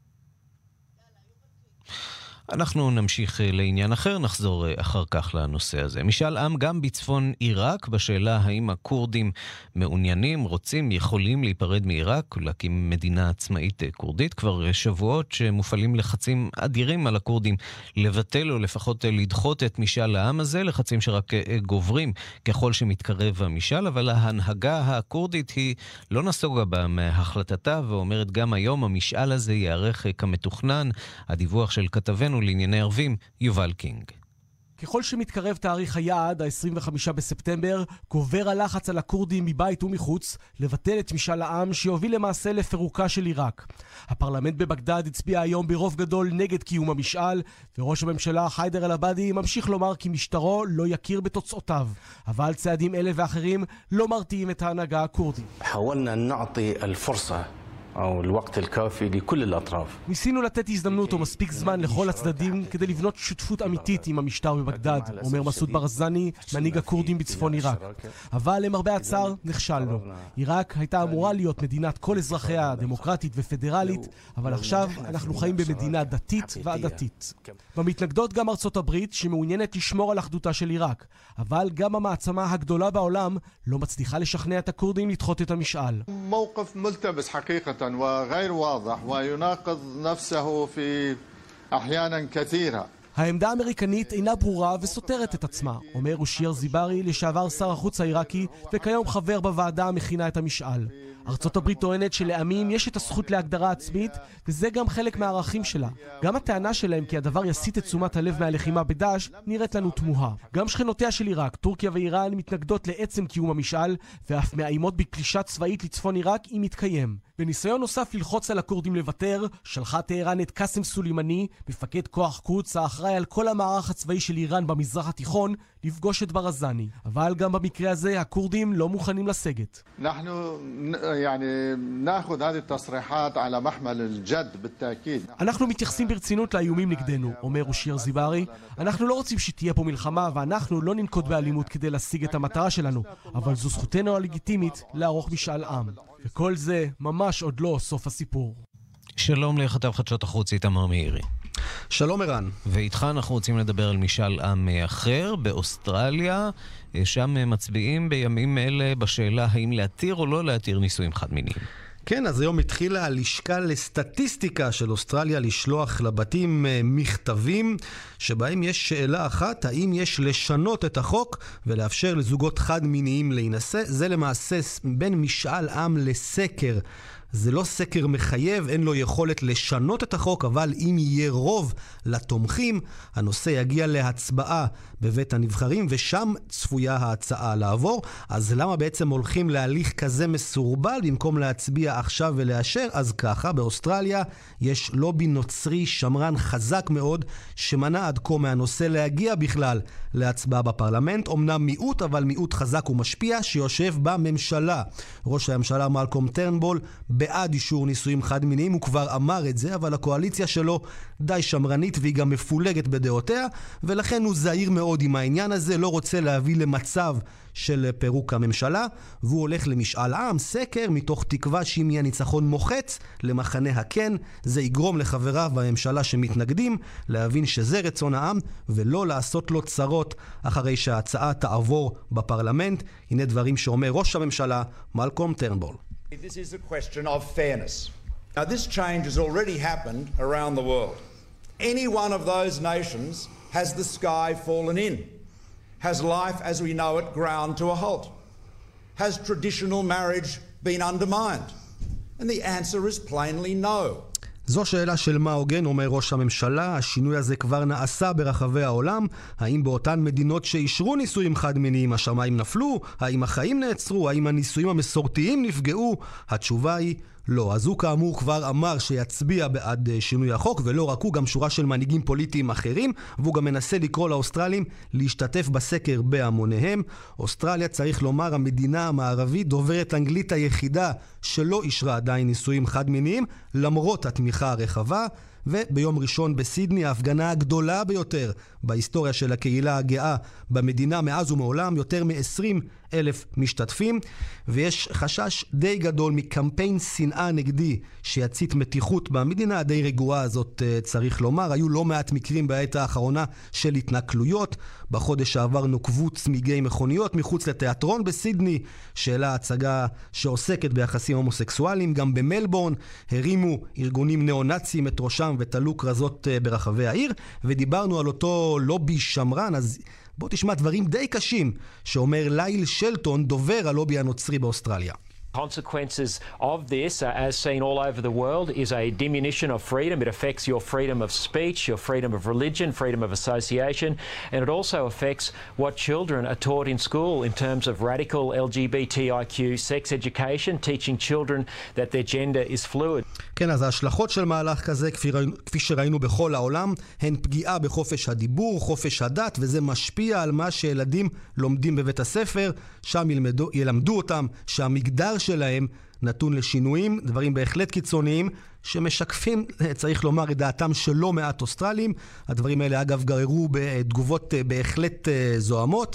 אנחנו נמשיך לעניין אחר, נחזור אחר כך לנושא הזה. משאל עם גם בצפון עיראק, בשאלה האם הקורדים מעוניינים, רוצים, יכולים להיפרד מעיראק ולהקים מדינה עצמאית קורדית. כבר שבועות שמופעלים לחצים אדירים על הקורדים לבטל או לפחות לדחות את משאל העם הזה, לחצים שרק גוברים ככל שמתקרב המשאל, אבל ההנהגה הקורדית היא לא נסוגה בה מהחלטתה ואומרת גם היום המשאל הזה יערך כמתוכנן. הדיווח של כתבנו לענייני ערבים, יובל קינג. ככל שמתקרב תאריך היעד, ה-עשרים וחמישה בספטמבר, גובר הלחץ על הקורדים מבית ומחוץ לבטל את משאל העם שיוביל למעשה לפירוקה של עיראק. הפרלמנט בבגדד הצביע היום ברוב גדול נגד קיום המשאל, וראש הממשלה חיידר אל-עבאדי ממשיך לומר כי משטרו לא יכיר בתוצאותיו. אבל צעדים אלה ואחרים לא מרתיעים את ההנהגה הקורדית. حاولنا نعطي الفرصة או الوقت الكافي لكل الأطراف. ניסינו לתת הזדמנות או מספיק זמן לכל הצדדים כדי לבנות שותפות אמיתית עם המשטר בבגדד, אומר מסעוד ברזני, מנהיג הקורדים בצפון עיראק. אבל למרבה הצער נכשלנו. עיראק הייתה אמורה להיות מדינת כל אזרחיה, דמוקרטית ופדרלית, אבל עכשיו אנחנו חיים במדינה דתית ועדתית. במתנגדות גם ארצות הברית שמעוניינת לשמור על אחדותה של עיראק, אבל גם המעצמה הגדולה בעולם לא מצליחה לשכנע את הקורדים לדחות את המשאל. موقف ملتبس حقيقة وغير واضح ويناقض نفسه في أحيانا كثيرة. העמדה האמריקנית אינה ברורה וסותרת את עצמה, אומר אושייר זיברי, לשעבר שר החוץ העיראקי וכיום חבר בוועדה המכינה את המשאל. ארצות הברית טוענת שלעמים יש את הזכות להגדרה עצמית, וזה גם חלק מהערכים שלה. גם הטענה שלהם כי הדבר יסיט את תשומת הלב מהלחימה בדאעש נראית לנו תמוהה. גם שכנותיה של עיראק, טורקיה ואיראן, מתנגדות לעצם קיום המשאל, ואף מאיימות בפלישה צבאית לצפון עיראק אם יתקיים. בניסיון נוסף ללחוץ על הקורדים לוותר, שלחה טהרן את קאסם סולימני, מפקד כוח קודס האחראי על כל המערך הצבאי של איראן במזרח התיכון, לפגוש את ברזני. אבל גם במקרה הזה הקורדים לא מוכנים לסגת. אנחנו يعني ناخذ هذه التصريحات على محمل الجد بالتأكيد. אנחנו מתייחסים ברצינות לאיומים נגדנו, אומר אושיר זיברי. אנחנו לא רוצים שתהיה פה מלחמה, ואנחנו לא ננקוט באלימות כדי להשיג את המטרה שלנו, אבל זו זכותנו הלגיטימית לערוך משאל עם. וכל זה ממש עוד לא סוף הסיפור. שלום לכתב חדשות החוץ איתמר מאירי. שלום ערן. ואיתך אנחנו רוצים לדבר על משאל עם אחר באוסטרליה. שם מצביעים בימים אלה בשאלה האם להתיר או לא להתיר נישואים חד מיניים. כן, אז היום התחילה הלשכה לסטטיסטיקה של אוסטרליה לשלוח לבתים מכתבים שבהם יש שאלה אחת, האם יש לשנות את החוק ולאפשר לזוגות חד מיניים להינשא. זה למעשה בין משאל עם לסקר. זה לא סקר מחייב, אין לו יכולת לשנות את החוק, אבל אם יהיה רוב לתומכים, הנושא יגיע להצבעה בבית הנבחרים, ושם צפויה ההצעה לעבור. אז למה בעצם הולכים להליך כזה מסורבל במקום להצביע עכשיו ולאשר? אז ככה, באוסטרליה יש לובי נוצרי שמרן חזק מאוד, שמנע עד כה מהנושא להגיע בכלל להצבעה בפרלמנט. אמנם מיעוט, אבל מיעוט חזק ומשפיע שיושב בממשלה. ראש הממשלה מלקום טרנבול בעד אישור נישואים חד מיניים, הוא כבר אמר את זה, אבל הקואליציה שלו די שמרנית והיא גם מפולגת בדעותיה, ולכן הוא זהיר מאוד עם העניין הזה, לא רוצה להביא למצב של פירוק הממשלה, והוא הולך למשאל עם, סקר, מתוך תקווה שאם יהיה ניצחון מוחץ למחנה הכן, זה יגרום לחבריו בממשלה שמתנגדים להבין שזה רצון העם, ולא לעשות לו צרות אחרי שההצעה תעבור בפרלמנט. הנה דברים שאומר ראש הממשלה מלקום טרנבול. This is a question of fairness. Now, this change has already happened around the world. Any one of those nations has the sky fallen in, has life as we know it ground to a halt, has traditional marriage been undermined? And the answer is plainly no. זו שאלה של מה הוגן, אומר ראש הממשלה. השינוי הזה כבר נעשה ברחבי העולם. האם באותן מדינות שאישרו נישואים חד מיניים השמיים נפלו? האם החיים נעצרו? האם הנישואים המסורתיים נפגעו? התשובה היא לא. אז הוא כאמור כבר אמר שיצביע בעד שינוי החוק, ולא רק הוא, גם שורה של מנהיגים פוליטיים אחרים, והוא גם מנסה לקרוא לאוסטרלים להשתתף בסקר בהמוניהם. אוסטרליה, צריך לומר, המדינה המערבית דוברת אנגלית היחידה שלא אישרה עדיין נישואים חד מיניים, למרות התמיכה הרחבה. וביום ראשון בסידני, ההפגנה הגדולה ביותר בהיסטוריה של הקהילה הגאה במדינה מאז ומעולם, יותר מ-עשרים אלף משתתפים, ויש חשש די גדול מקמפיין שנאה נגדי שיצית מתיחות במדינה הדי רגועה הזאת, צריך לומר. היו לא מעט מקרים בעת האחרונה של התנכלויות. בחודש שעבר נוקבו צמיגי מכוניות מחוץ לתיאטרון בסידני, שאלה הצגה שעוסקת ביחסים הומוסקסואליים. גם במלבורן הרימו ארגונים ניאו-נאציים את ראשם ותלו כרזות ברחבי העיר, ודיברנו על אותו לובי שמרן. אז בוא תשמע דברים די קשים שאומר ליל שלטון, דובר הלובי הנוצרי באוסטרליה. Consequences of this, uh, as seen all over the world, is a diminution of freedom. It affects your freedom of speech, your freedom of religion, freedom of association, and it also affects what children are taught in school in terms of radical L G B T I Q sex education, teaching children that their gender is fluid. כן, אז ההשלכות של מהלך כזה, כפי, כפי שראינו בכל העולם, הן פגיעה בחופש הדיבור, חופש הדת, וזה משפיע על מה שילדים לומדים בבית הספר. שם ילמדו, ילמדו אותם שהמגדר שלהם נתון לשינויים, דברים בהחלט קיצוניים, שמשקפים, צריך לומר, את דעתם של לא מעט אוסטרלים. הדברים האלה אגב גררו בתגובות בהחלט זוהמות,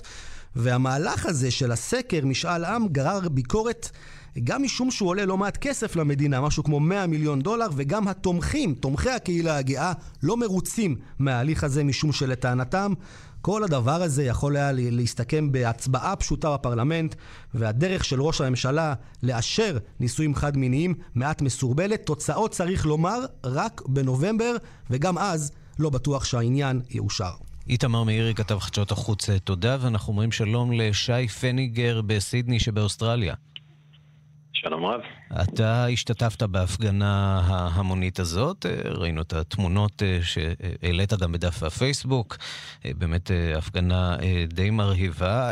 והמהלך הזה של הסקר, משאל עם, גרר ביקורת גם משום שהוא עולה לא מעט כסף למדינה, משהו כמו מאה מיליון דולר, וגם התומכים, תומכי הקהילה הגאה, לא מרוצים מההליך הזה, משום שלטענתם כל הדבר הזה יכול היה להסתכם בהצבעה פשוטה בפרלמנט, והדרך של ראש הממשלה לאשר נישואים חד מיניים מעט מסורבלת. תוצאות, צריך לומר, רק בנובמבר, וגם אז לא בטוח שהעניין יאושר. איתמר מאירי, כתב חדשות החוץ, תודה, ואנחנו אומרים שלום לשי פניגר בסידני שבאוסטרליה. שלום רב. אתה השתתפת בהפגנה ההמונית הזאת, ראינו את התמונות שהעלית גם בדף הפייסבוק, באמת הפגנה די מרהיבה.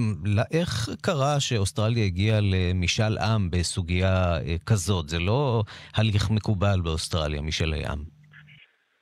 איך קרה שאוסטרליה הגיעה למשאל עם בסוגיה כזאת? זה לא הליך מקובל באוסטרליה, משאלי עם.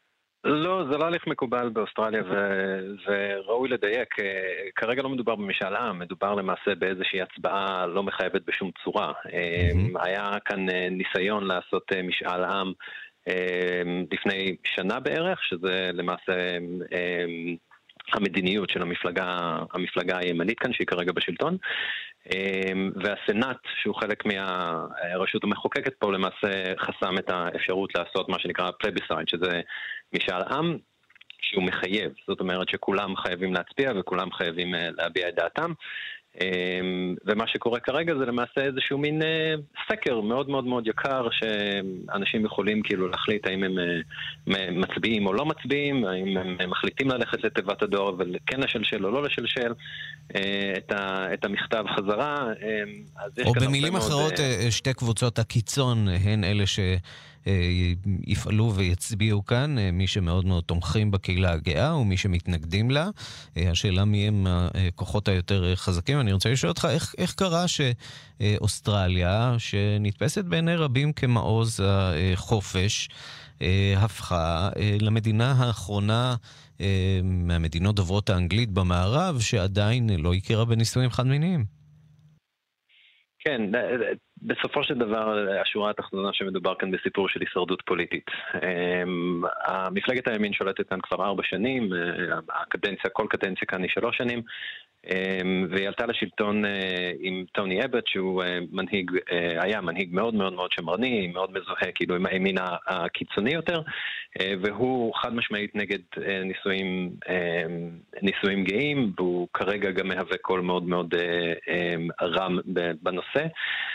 לא, זה לא הליך מקובל באוסטרליה, וזה ראוי לדייק. כרגע לא מדובר במשאל עם, מדובר למעשה באיזושהי הצבעה לא מחייבת בשום צורה. היה כאן ניסיון לעשות משאל עם לפני שנה בערך, שזה למעשה המדיניות של המפלגה, המפלגה הימנית כאן, שהיא כרגע בשלטון. והסנאט, שהוא חלק מהרשות המחוקקת פה, למעשה חסם את האפשרות לעשות מה שנקרא פלביסייד, שזה משאל עם שהוא מחייב. זאת אומרת שכולם חייבים להצביע וכולם חייבים להביע את דעתם. ומה שקורה כרגע זה למעשה איזשהו מין סקר מאוד מאוד מאוד יקר, שאנשים יכולים כאילו להחליט האם הם מצביעים או לא מצביעים, האם הם מחליטים ללכת לתיבת הדואר וכן לשלשל או לא לשלשל את המכתב חזרה. או במילים אחרות, שתי קבוצות הקיצון הן אלה ש... יפעלו ויצביעו כאן, מי שמאוד מאוד תומכים בקהילה הגאה ומי שמתנגדים לה. השאלה מי הם הכוחות היותר חזקים. אני רוצה לשאול אותך, איך, איך קרה שאוסטרליה, שנתפסת בעיני רבים כמעוז החופש, הפכה למדינה האחרונה מהמדינות דוברות האנגלית במערב, שעדיין לא הכירה בנישואים חד-מיניים? כן, בסופו של דבר, השורה התחתונה שמדובר כאן בסיפור של הישרדות פוליטית. המפלגת הימין שולטת כאן כבר ארבע שנים, הקדנציה, כל קדנציה כאן היא שלוש שנים, והיא עלתה לשלטון עם טוני אבט, שהוא מנהיג, היה מנהיג מאוד מאוד מאוד שמרני, מאוד מזוהה כאילו עם הימין הקיצוני יותר, והוא חד משמעית נגד נישואים, נישואים גאים, והוא כרגע גם מהווה קול מאוד מאוד רם בנושא.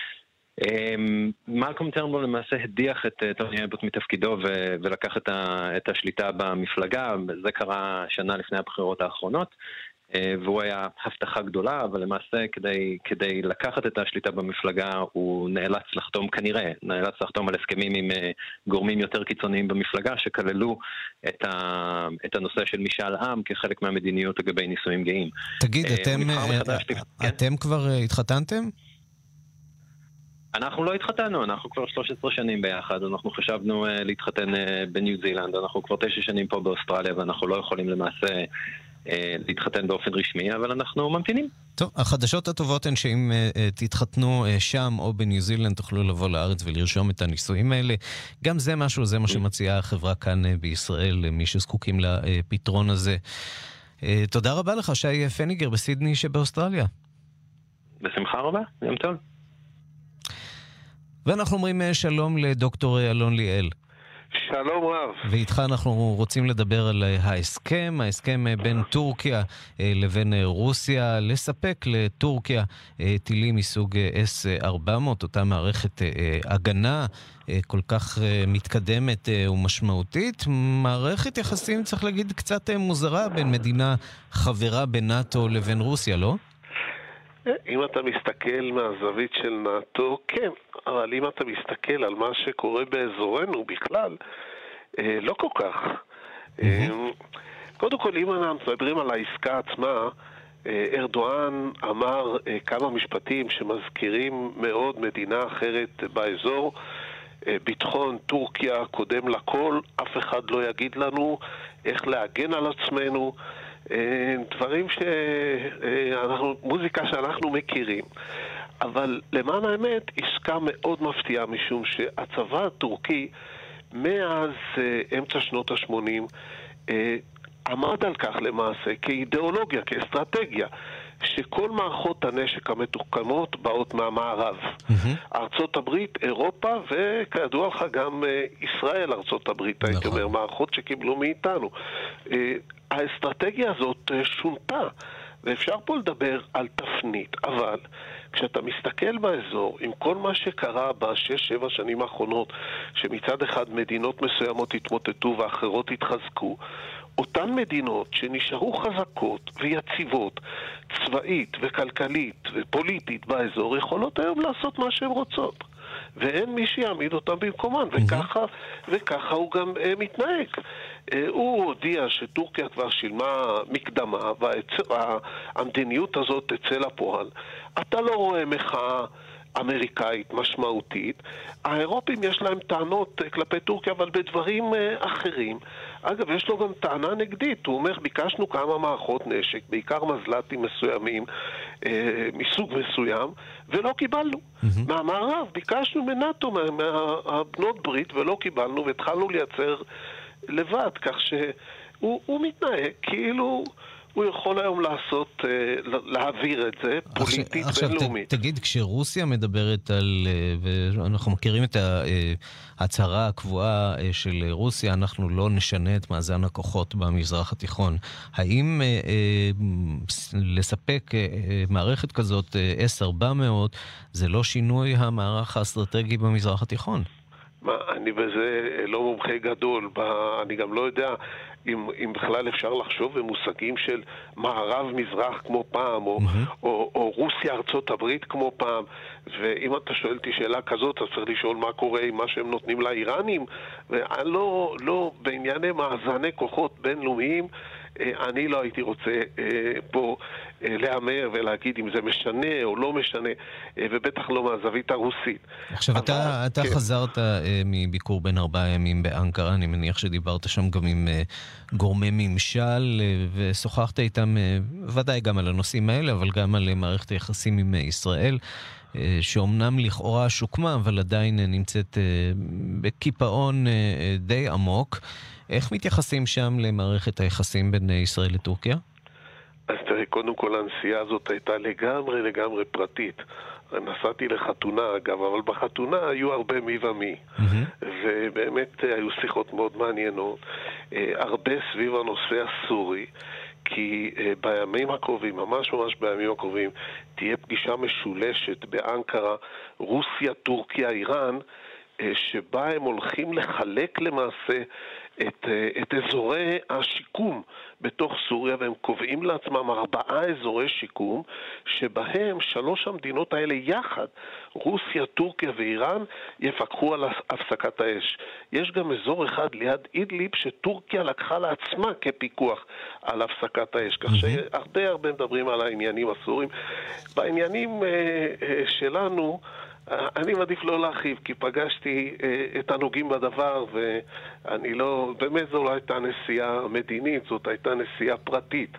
מלקום טרנבול למעשה הדיח את טוני אבוט מתפקידו ולקח את השליטה במפלגה. זה קרה שנה לפני הבחירות האחרונות, והוא היה הבטחה גדולה, אבל למעשה כדי, כדי לקחת את השליטה במפלגה הוא נאלץ לחתום, כנראה נאלץ לחתום על הסכמים עם גורמים יותר קיצוניים במפלגה שכללו את, ה, את הנושא של משאל עם כחלק מהמדיניות לגבי נישואים גאים. תגיד, אתם, אתם כבר התחתנתם? אנחנו לא התחתנו, אנחנו כבר שלוש עשרה שנים ביחד, אנחנו חשבנו uh, להתחתן uh, בניו זילנד, אנחנו כבר תשע שנים פה באוסטרליה ואנחנו לא יכולים למעשה uh, להתחתן באופן רשמי, אבל אנחנו ממתינים. טוב, החדשות הטובות הן שאם uh, uh, תתחתנו uh, שם או בניו זילנד תוכלו לבוא לארץ ולרשום את הנישואים האלה. גם זה משהו, זה מה שמציעה החברה כאן uh, בישראל, uh, מי שזקוקים לפתרון הזה. Uh, תודה רבה לך, שי פניגר בסידני שבאוסטרליה. בשמחה רבה, יום טוב. ואנחנו אומרים שלום לדוקטור אלון ליאל. שלום רב. ואיתך אנחנו רוצים לדבר על ההסכם, ההסכם בין טורקיה לבין רוסיה, לספק לטורקיה טילים מסוג אס ארבע מאות, אותה מערכת הגנה כל כך מתקדמת ומשמעותית. מערכת יחסים, צריך להגיד, קצת מוזרה בין מדינה חברה בנאטו לבין רוסיה, לא? אם אתה מסתכל מהזווית של נאטו, כן. אבל אם אתה מסתכל על מה שקורה באזורנו בכלל, לא כל כך. קודם כל, אם אנחנו מדברים על העסקה עצמה, ארדואן אמר כמה משפטים שמזכירים מאוד מדינה אחרת באזור. ביטחון טורקיה קודם לכל, אף אחד לא יגיד לנו איך להגן על עצמנו. דברים שאנחנו, מוזיקה שאנחנו מכירים. אבל למען האמת, עסקה מאוד מפתיעה, משום שהצבא הטורקי מאז uh, אמצע שנות ה-שמונים uh, עמד על כך למעשה כאידיאולוגיה, כאסטרטגיה, שכל מערכות הנשק המתוחכמות באות מהמערב. Mm-hmm. ארצות הברית, אירופה, וכידוע לך גם uh, ישראל, ארצות הברית, נכון. הייתי אומר, מערכות שקיבלו מאיתנו. Uh, האסטרטגיה הזאת uh, שונתה, ואפשר פה לדבר על תפנית, אבל כשאתה מסתכל באזור, עם כל מה שקרה בשש, שבע שנים האחרונות, שמצד אחד מדינות מסוימות התמוטטו ואחרות התחזקו, אותן מדינות שנשארו חזקות ויציבות, צבאית וכלכלית ופוליטית באזור, יכולות היום לעשות מה שהן רוצות. ואין מי שיעמיד אותם במקומן, וככה, וככה הוא גם אה, מתנהג. אה, הוא הודיע שטורקיה כבר שילמה מקדמה, והמדיניות הזאת תצא לפועל. אתה לא רואה מחאה, אמריקאית משמעותית. האירופים יש להם טענות כלפי טורקיה, אבל בדברים אחרים. אגב, יש לו גם טענה נגדית. הוא אומר, ביקשנו כמה מערכות נשק, בעיקר מזל"טים מסוימים, מסוג מסוים, ולא קיבלנו. Mm-hmm. מהמערב, ביקשנו מנאטו, מהבנות ברית, ולא קיבלנו, והתחלנו לייצר לבד, כך שהוא הוא מתנהג כאילו הוא יכול היום לעשות, להעביר את זה פוליטית בינלאומית. עכשיו תגיד, כשרוסיה מדברת על, ואנחנו מכירים את ההצהרה הקבועה של רוסיה, אנחנו לא נשנה את מאזן הכוחות במזרח התיכון. האם לספק מערכת כזאת אס ארבע מאות זה לא שינוי המערך האסטרטגי במזרח התיכון? מה, אני בזה לא מומחה גדול, אני גם לא יודע אם, אם בכלל אפשר לחשוב במושגים של מערב-מזרח כמו פעם, או, mm-hmm. או, או רוסיה, ארצות הברית כמו פעם, ואם אתה שואל אותי שאלה כזאת, אתה צריך לשאול מה קורה עם מה שהם נותנים לאיראנים, ולא, לא, בענייני מאזני כוחות בינלאומיים, אני לא הייתי רוצה פה לאמר ולהגיד אם זה משנה או לא משנה, ובטח לא מהזווית הרוסית. עכשיו, אבל, אתה, אתה כן. חזרת מביקור בין ארבעה ימים באנקרה, אני מניח שדיברת שם גם עם גורמי ממשל, ושוחחת איתם ודאי גם על הנושאים האלה, אבל גם על מערכת היחסים עם ישראל, שאומנם לכאורה שוקמה, אבל עדיין נמצאת בקיפאון די עמוק. איך מתייחסים שם למערכת היחסים בין ישראל לטורקיה? אז תראה, קודם כל הנסיעה הזאת הייתה לגמרי לגמרי פרטית. נסעתי לחתונה אגב, אבל בחתונה היו הרבה מי ומי. Mm-hmm. ובאמת היו שיחות מאוד מעניינות. הרבה סביב הנושא הסורי, כי בימים הקרובים, ממש ממש בימים הקרובים, תהיה פגישה משולשת באנקרה, רוסיה, טורקיה, איראן, שבה הם הולכים לחלק למעשה את, את אזורי השיקום בתוך סוריה, והם קובעים לעצמם ארבעה אזורי שיקום, שבהם שלוש המדינות האלה יחד, רוסיה, טורקיה ואיראן, יפקחו על הפסקת האש. יש גם אזור אחד ליד אידליב שטורקיה לקחה לעצמה כפיקוח על הפסקת האש, כך שהרבה הרבה מדברים על העניינים הסוריים. בעניינים אה, אה, שלנו, אני מעדיף לא להרחיב, כי פגשתי אה, את הנוגעים בדבר, ואני לא, באמת זו לא הייתה נסיעה מדינית, זאת הייתה נסיעה פרטית.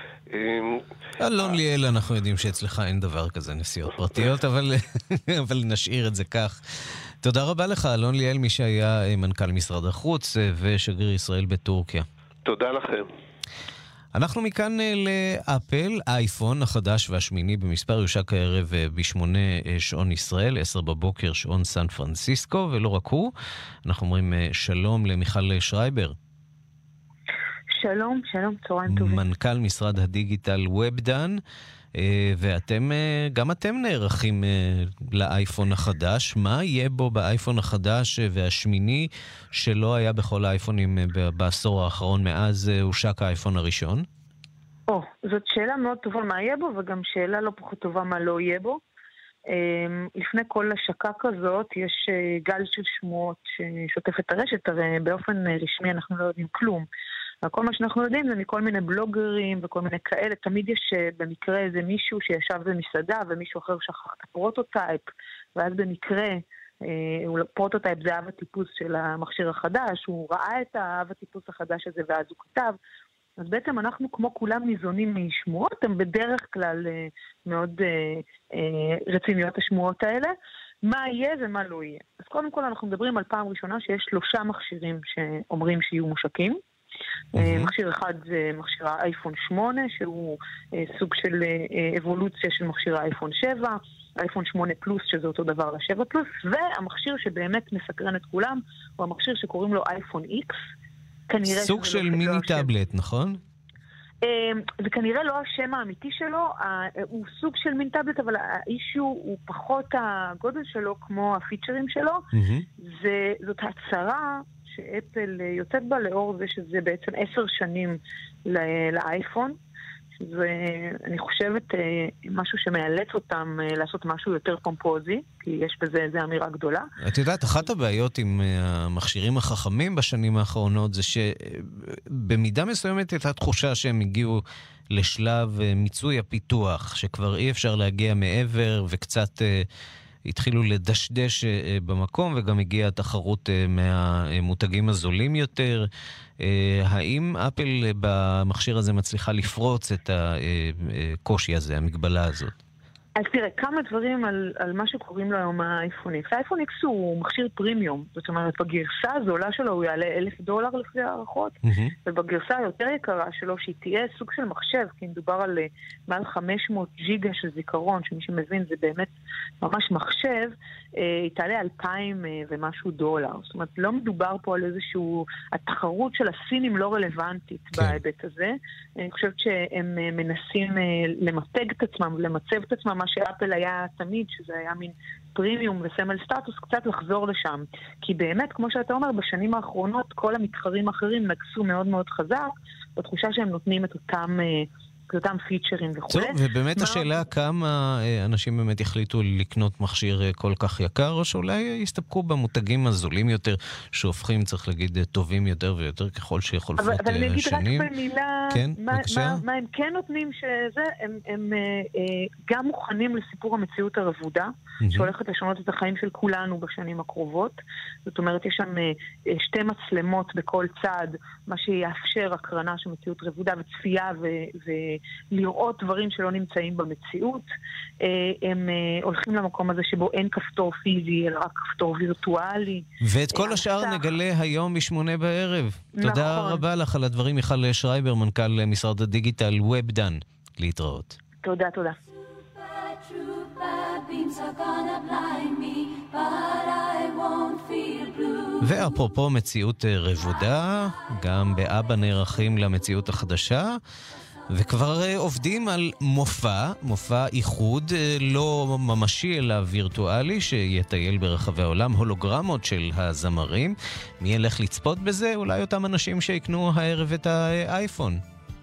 אלון ליאל, אנחנו יודעים שאצלך אין דבר כזה נסיעות פרטיות, אבל, אבל נשאיר את זה כך. תודה רבה לך, אלון ליאל, מי שהיה מנכ"ל משרד החוץ ושגריר ישראל בטורקיה. תודה לכם. אנחנו מכאן לאפל, האייפון החדש והשמיני במספר יושק הערב בשמונה שעון ישראל, עשר בבוקר שעון סן פרנסיסקו, ולא רק הוא, אנחנו אומרים שלום למיכל שרייבר. שלום, שלום, צהריים טובים. מנכ"ל משרד הדיגיטל ובדן, ואתם, גם אתם נערכים לאייפון החדש. מה יהיה בו באייפון החדש והשמיני שלא היה בכל האייפונים בעשור האחרון מאז הושק האייפון הראשון? או, זאת שאלה מאוד טובה מה יהיה בו, וגם שאלה לא פחות טובה מה לא יהיה בו. לפני כל השקה כזאת יש גל של שמועות ששוטף את הרשת, הרי באופן רשמי אנחנו לא יודעים כלום. כל מה שאנחנו יודעים זה מכל מיני בלוגרים וכל מיני כאלה, תמיד יש במקרה איזה מישהו שישב במסעדה ומישהו אחר שכח את הפרוטוטייפ, ואז במקרה פרוטוטייפ זה אב הטיפוס של המכשיר החדש, הוא ראה את האב הטיפוס החדש הזה ואז הוא כתב. אז בעצם אנחנו כמו כולם ניזונים משמועות, הם בדרך כלל מאוד רציניות השמועות האלה. מה יהיה ומה לא יהיה. אז קודם כל אנחנו מדברים על פעם ראשונה שיש שלושה מכשירים שאומרים שיהיו מושקים. מכשיר אחד זה מכשיר האייפון שמונה, שהוא סוג של אבולוציה של מכשיר האייפון שבע, האייפון שמונה פלוס שזה אותו דבר ל-שבע פלוס, והמכשיר שבאמת מסקרן את כולם הוא המכשיר שקוראים לו אייפון איקס. סוג של מיני טאבלט, נכון? זה כנראה לא השם האמיתי שלו, הוא סוג של מיני טאבלט, אבל האישו הוא פחות הגודל שלו כמו הפיצ'רים שלו. זאת הצהרה שאפל יוצאת בה לאור זה שזה בעצם עשר שנים לאייפון, שזה, אני חושבת, משהו שמאלץ אותם לעשות משהו יותר פומפוזי, כי יש בזה איזו אמירה גדולה. את יודעת, אחת הבעיות עם המכשירים החכמים בשנים האחרונות, זה שבמידה מסוימת הייתה תחושה שהם הגיעו לשלב מיצוי הפיתוח, שכבר אי אפשר להגיע מעבר וקצת התחילו לדשדש במקום, וגם הגיעה תחרות מהמותגים הזולים יותר. האם אפל במכשיר הזה מצליחה לפרוץ את הקושי הזה, המגבלה הזאת? אז תראה, כמה דברים על, על מה שקוראים לו היום האייפון איקס. האייפון איקס הוא מכשיר פרימיום, זאת אומרת, בגרסה הזולה שלו הוא יעלה אלף דולר לפי הערכות, mm-hmm. ובגרסה היותר יקרה שלו, שהיא תהיה סוג של מחשב, כי מדובר על מעל חמש מאות ג'יגה של זיכרון, שמי שמבין זה באמת ממש מחשב, היא תעלה אלפיים ומשהו דולר. זאת אומרת, לא מדובר פה על איזשהו, התחרות של הסינים לא רלוונטית כן. בהיבט הזה. אני חושבת שהם מנסים למתג את עצמם, למצב את עצמם, מה שאפל היה תמיד, שזה היה מין פרימיום וסמל סטטוס, קצת לחזור לשם. כי באמת, כמו שאתה אומר, בשנים האחרונות כל המתחרים האחרים נגסו מאוד מאוד חזק, בתחושה שהם נותנים את אותם... אותם פיצ'רים וכו'. טוב, ובאמת מה... השאלה כמה אנשים באמת החליטו לקנות מכשיר כל כך יקר, או שאולי יסתפקו במותגים הזולים יותר, שהופכים, צריך להגיד, טובים יותר ויותר ככל שחולפות שנים. אבל, אבל אני אגיד רק במילה, כן, מה, מה, מה הם כן נותנים שזה, הם, הם אה, גם מוכנים לסיפור המציאות הרבודה, mm-hmm. שהולכת לשנות את החיים של כולנו בשנים הקרובות. זאת אומרת, יש שם אה, שתי מצלמות בכל צד, מה שיאפשר הקרנה של מציאות רבודה וצפייה ו... ו לראות דברים שלא נמצאים במציאות. הם הולכים למקום הזה שבו אין כפתור פיזי, אלא רק כפתור וירטואלי. ואת כל השאר נגלה היום בשמונה בערב. תודה רבה לך על הדברים, מיכל שרייבר, מנכ"ל משרד הדיגיטל ובדן. להתראות. תודה, תודה. ואפרופו מציאות רבודה, גם באבא נערכים למציאות החדשה, וכבר עובדים על מופע, מופע איחוד לא ממשי אלא וירטואלי שיטייל ברחבי העולם, הולוגרמות של הזמרים. מי ילך לצפות בזה? אולי אותם אנשים שיקנו הערב את האייפון.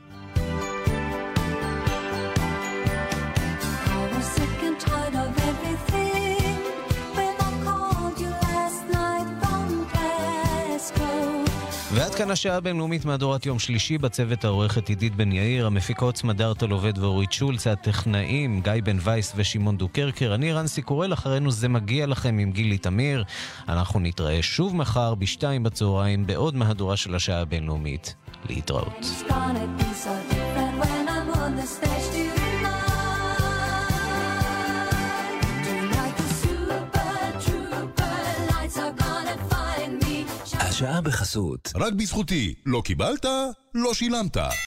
ועד כאן השעה הבינלאומית מהדורת יום שלישי, בצוות העורכת עידית בן יאיר, המפיקות סמדר עובד ואורית שולץ, הטכנאים גיא בן וייס ושמעון דוקרקר. אני רנסי קורל, אחרינו זה מגיע לכם עם גילי תמיר. אנחנו נתראה שוב מחר בשתיים בצהריים בעוד מהדורה של השעה הבינלאומית. להתראות. השעה בחסות. רק בזכותי. לא קיבלת? לא שילמת.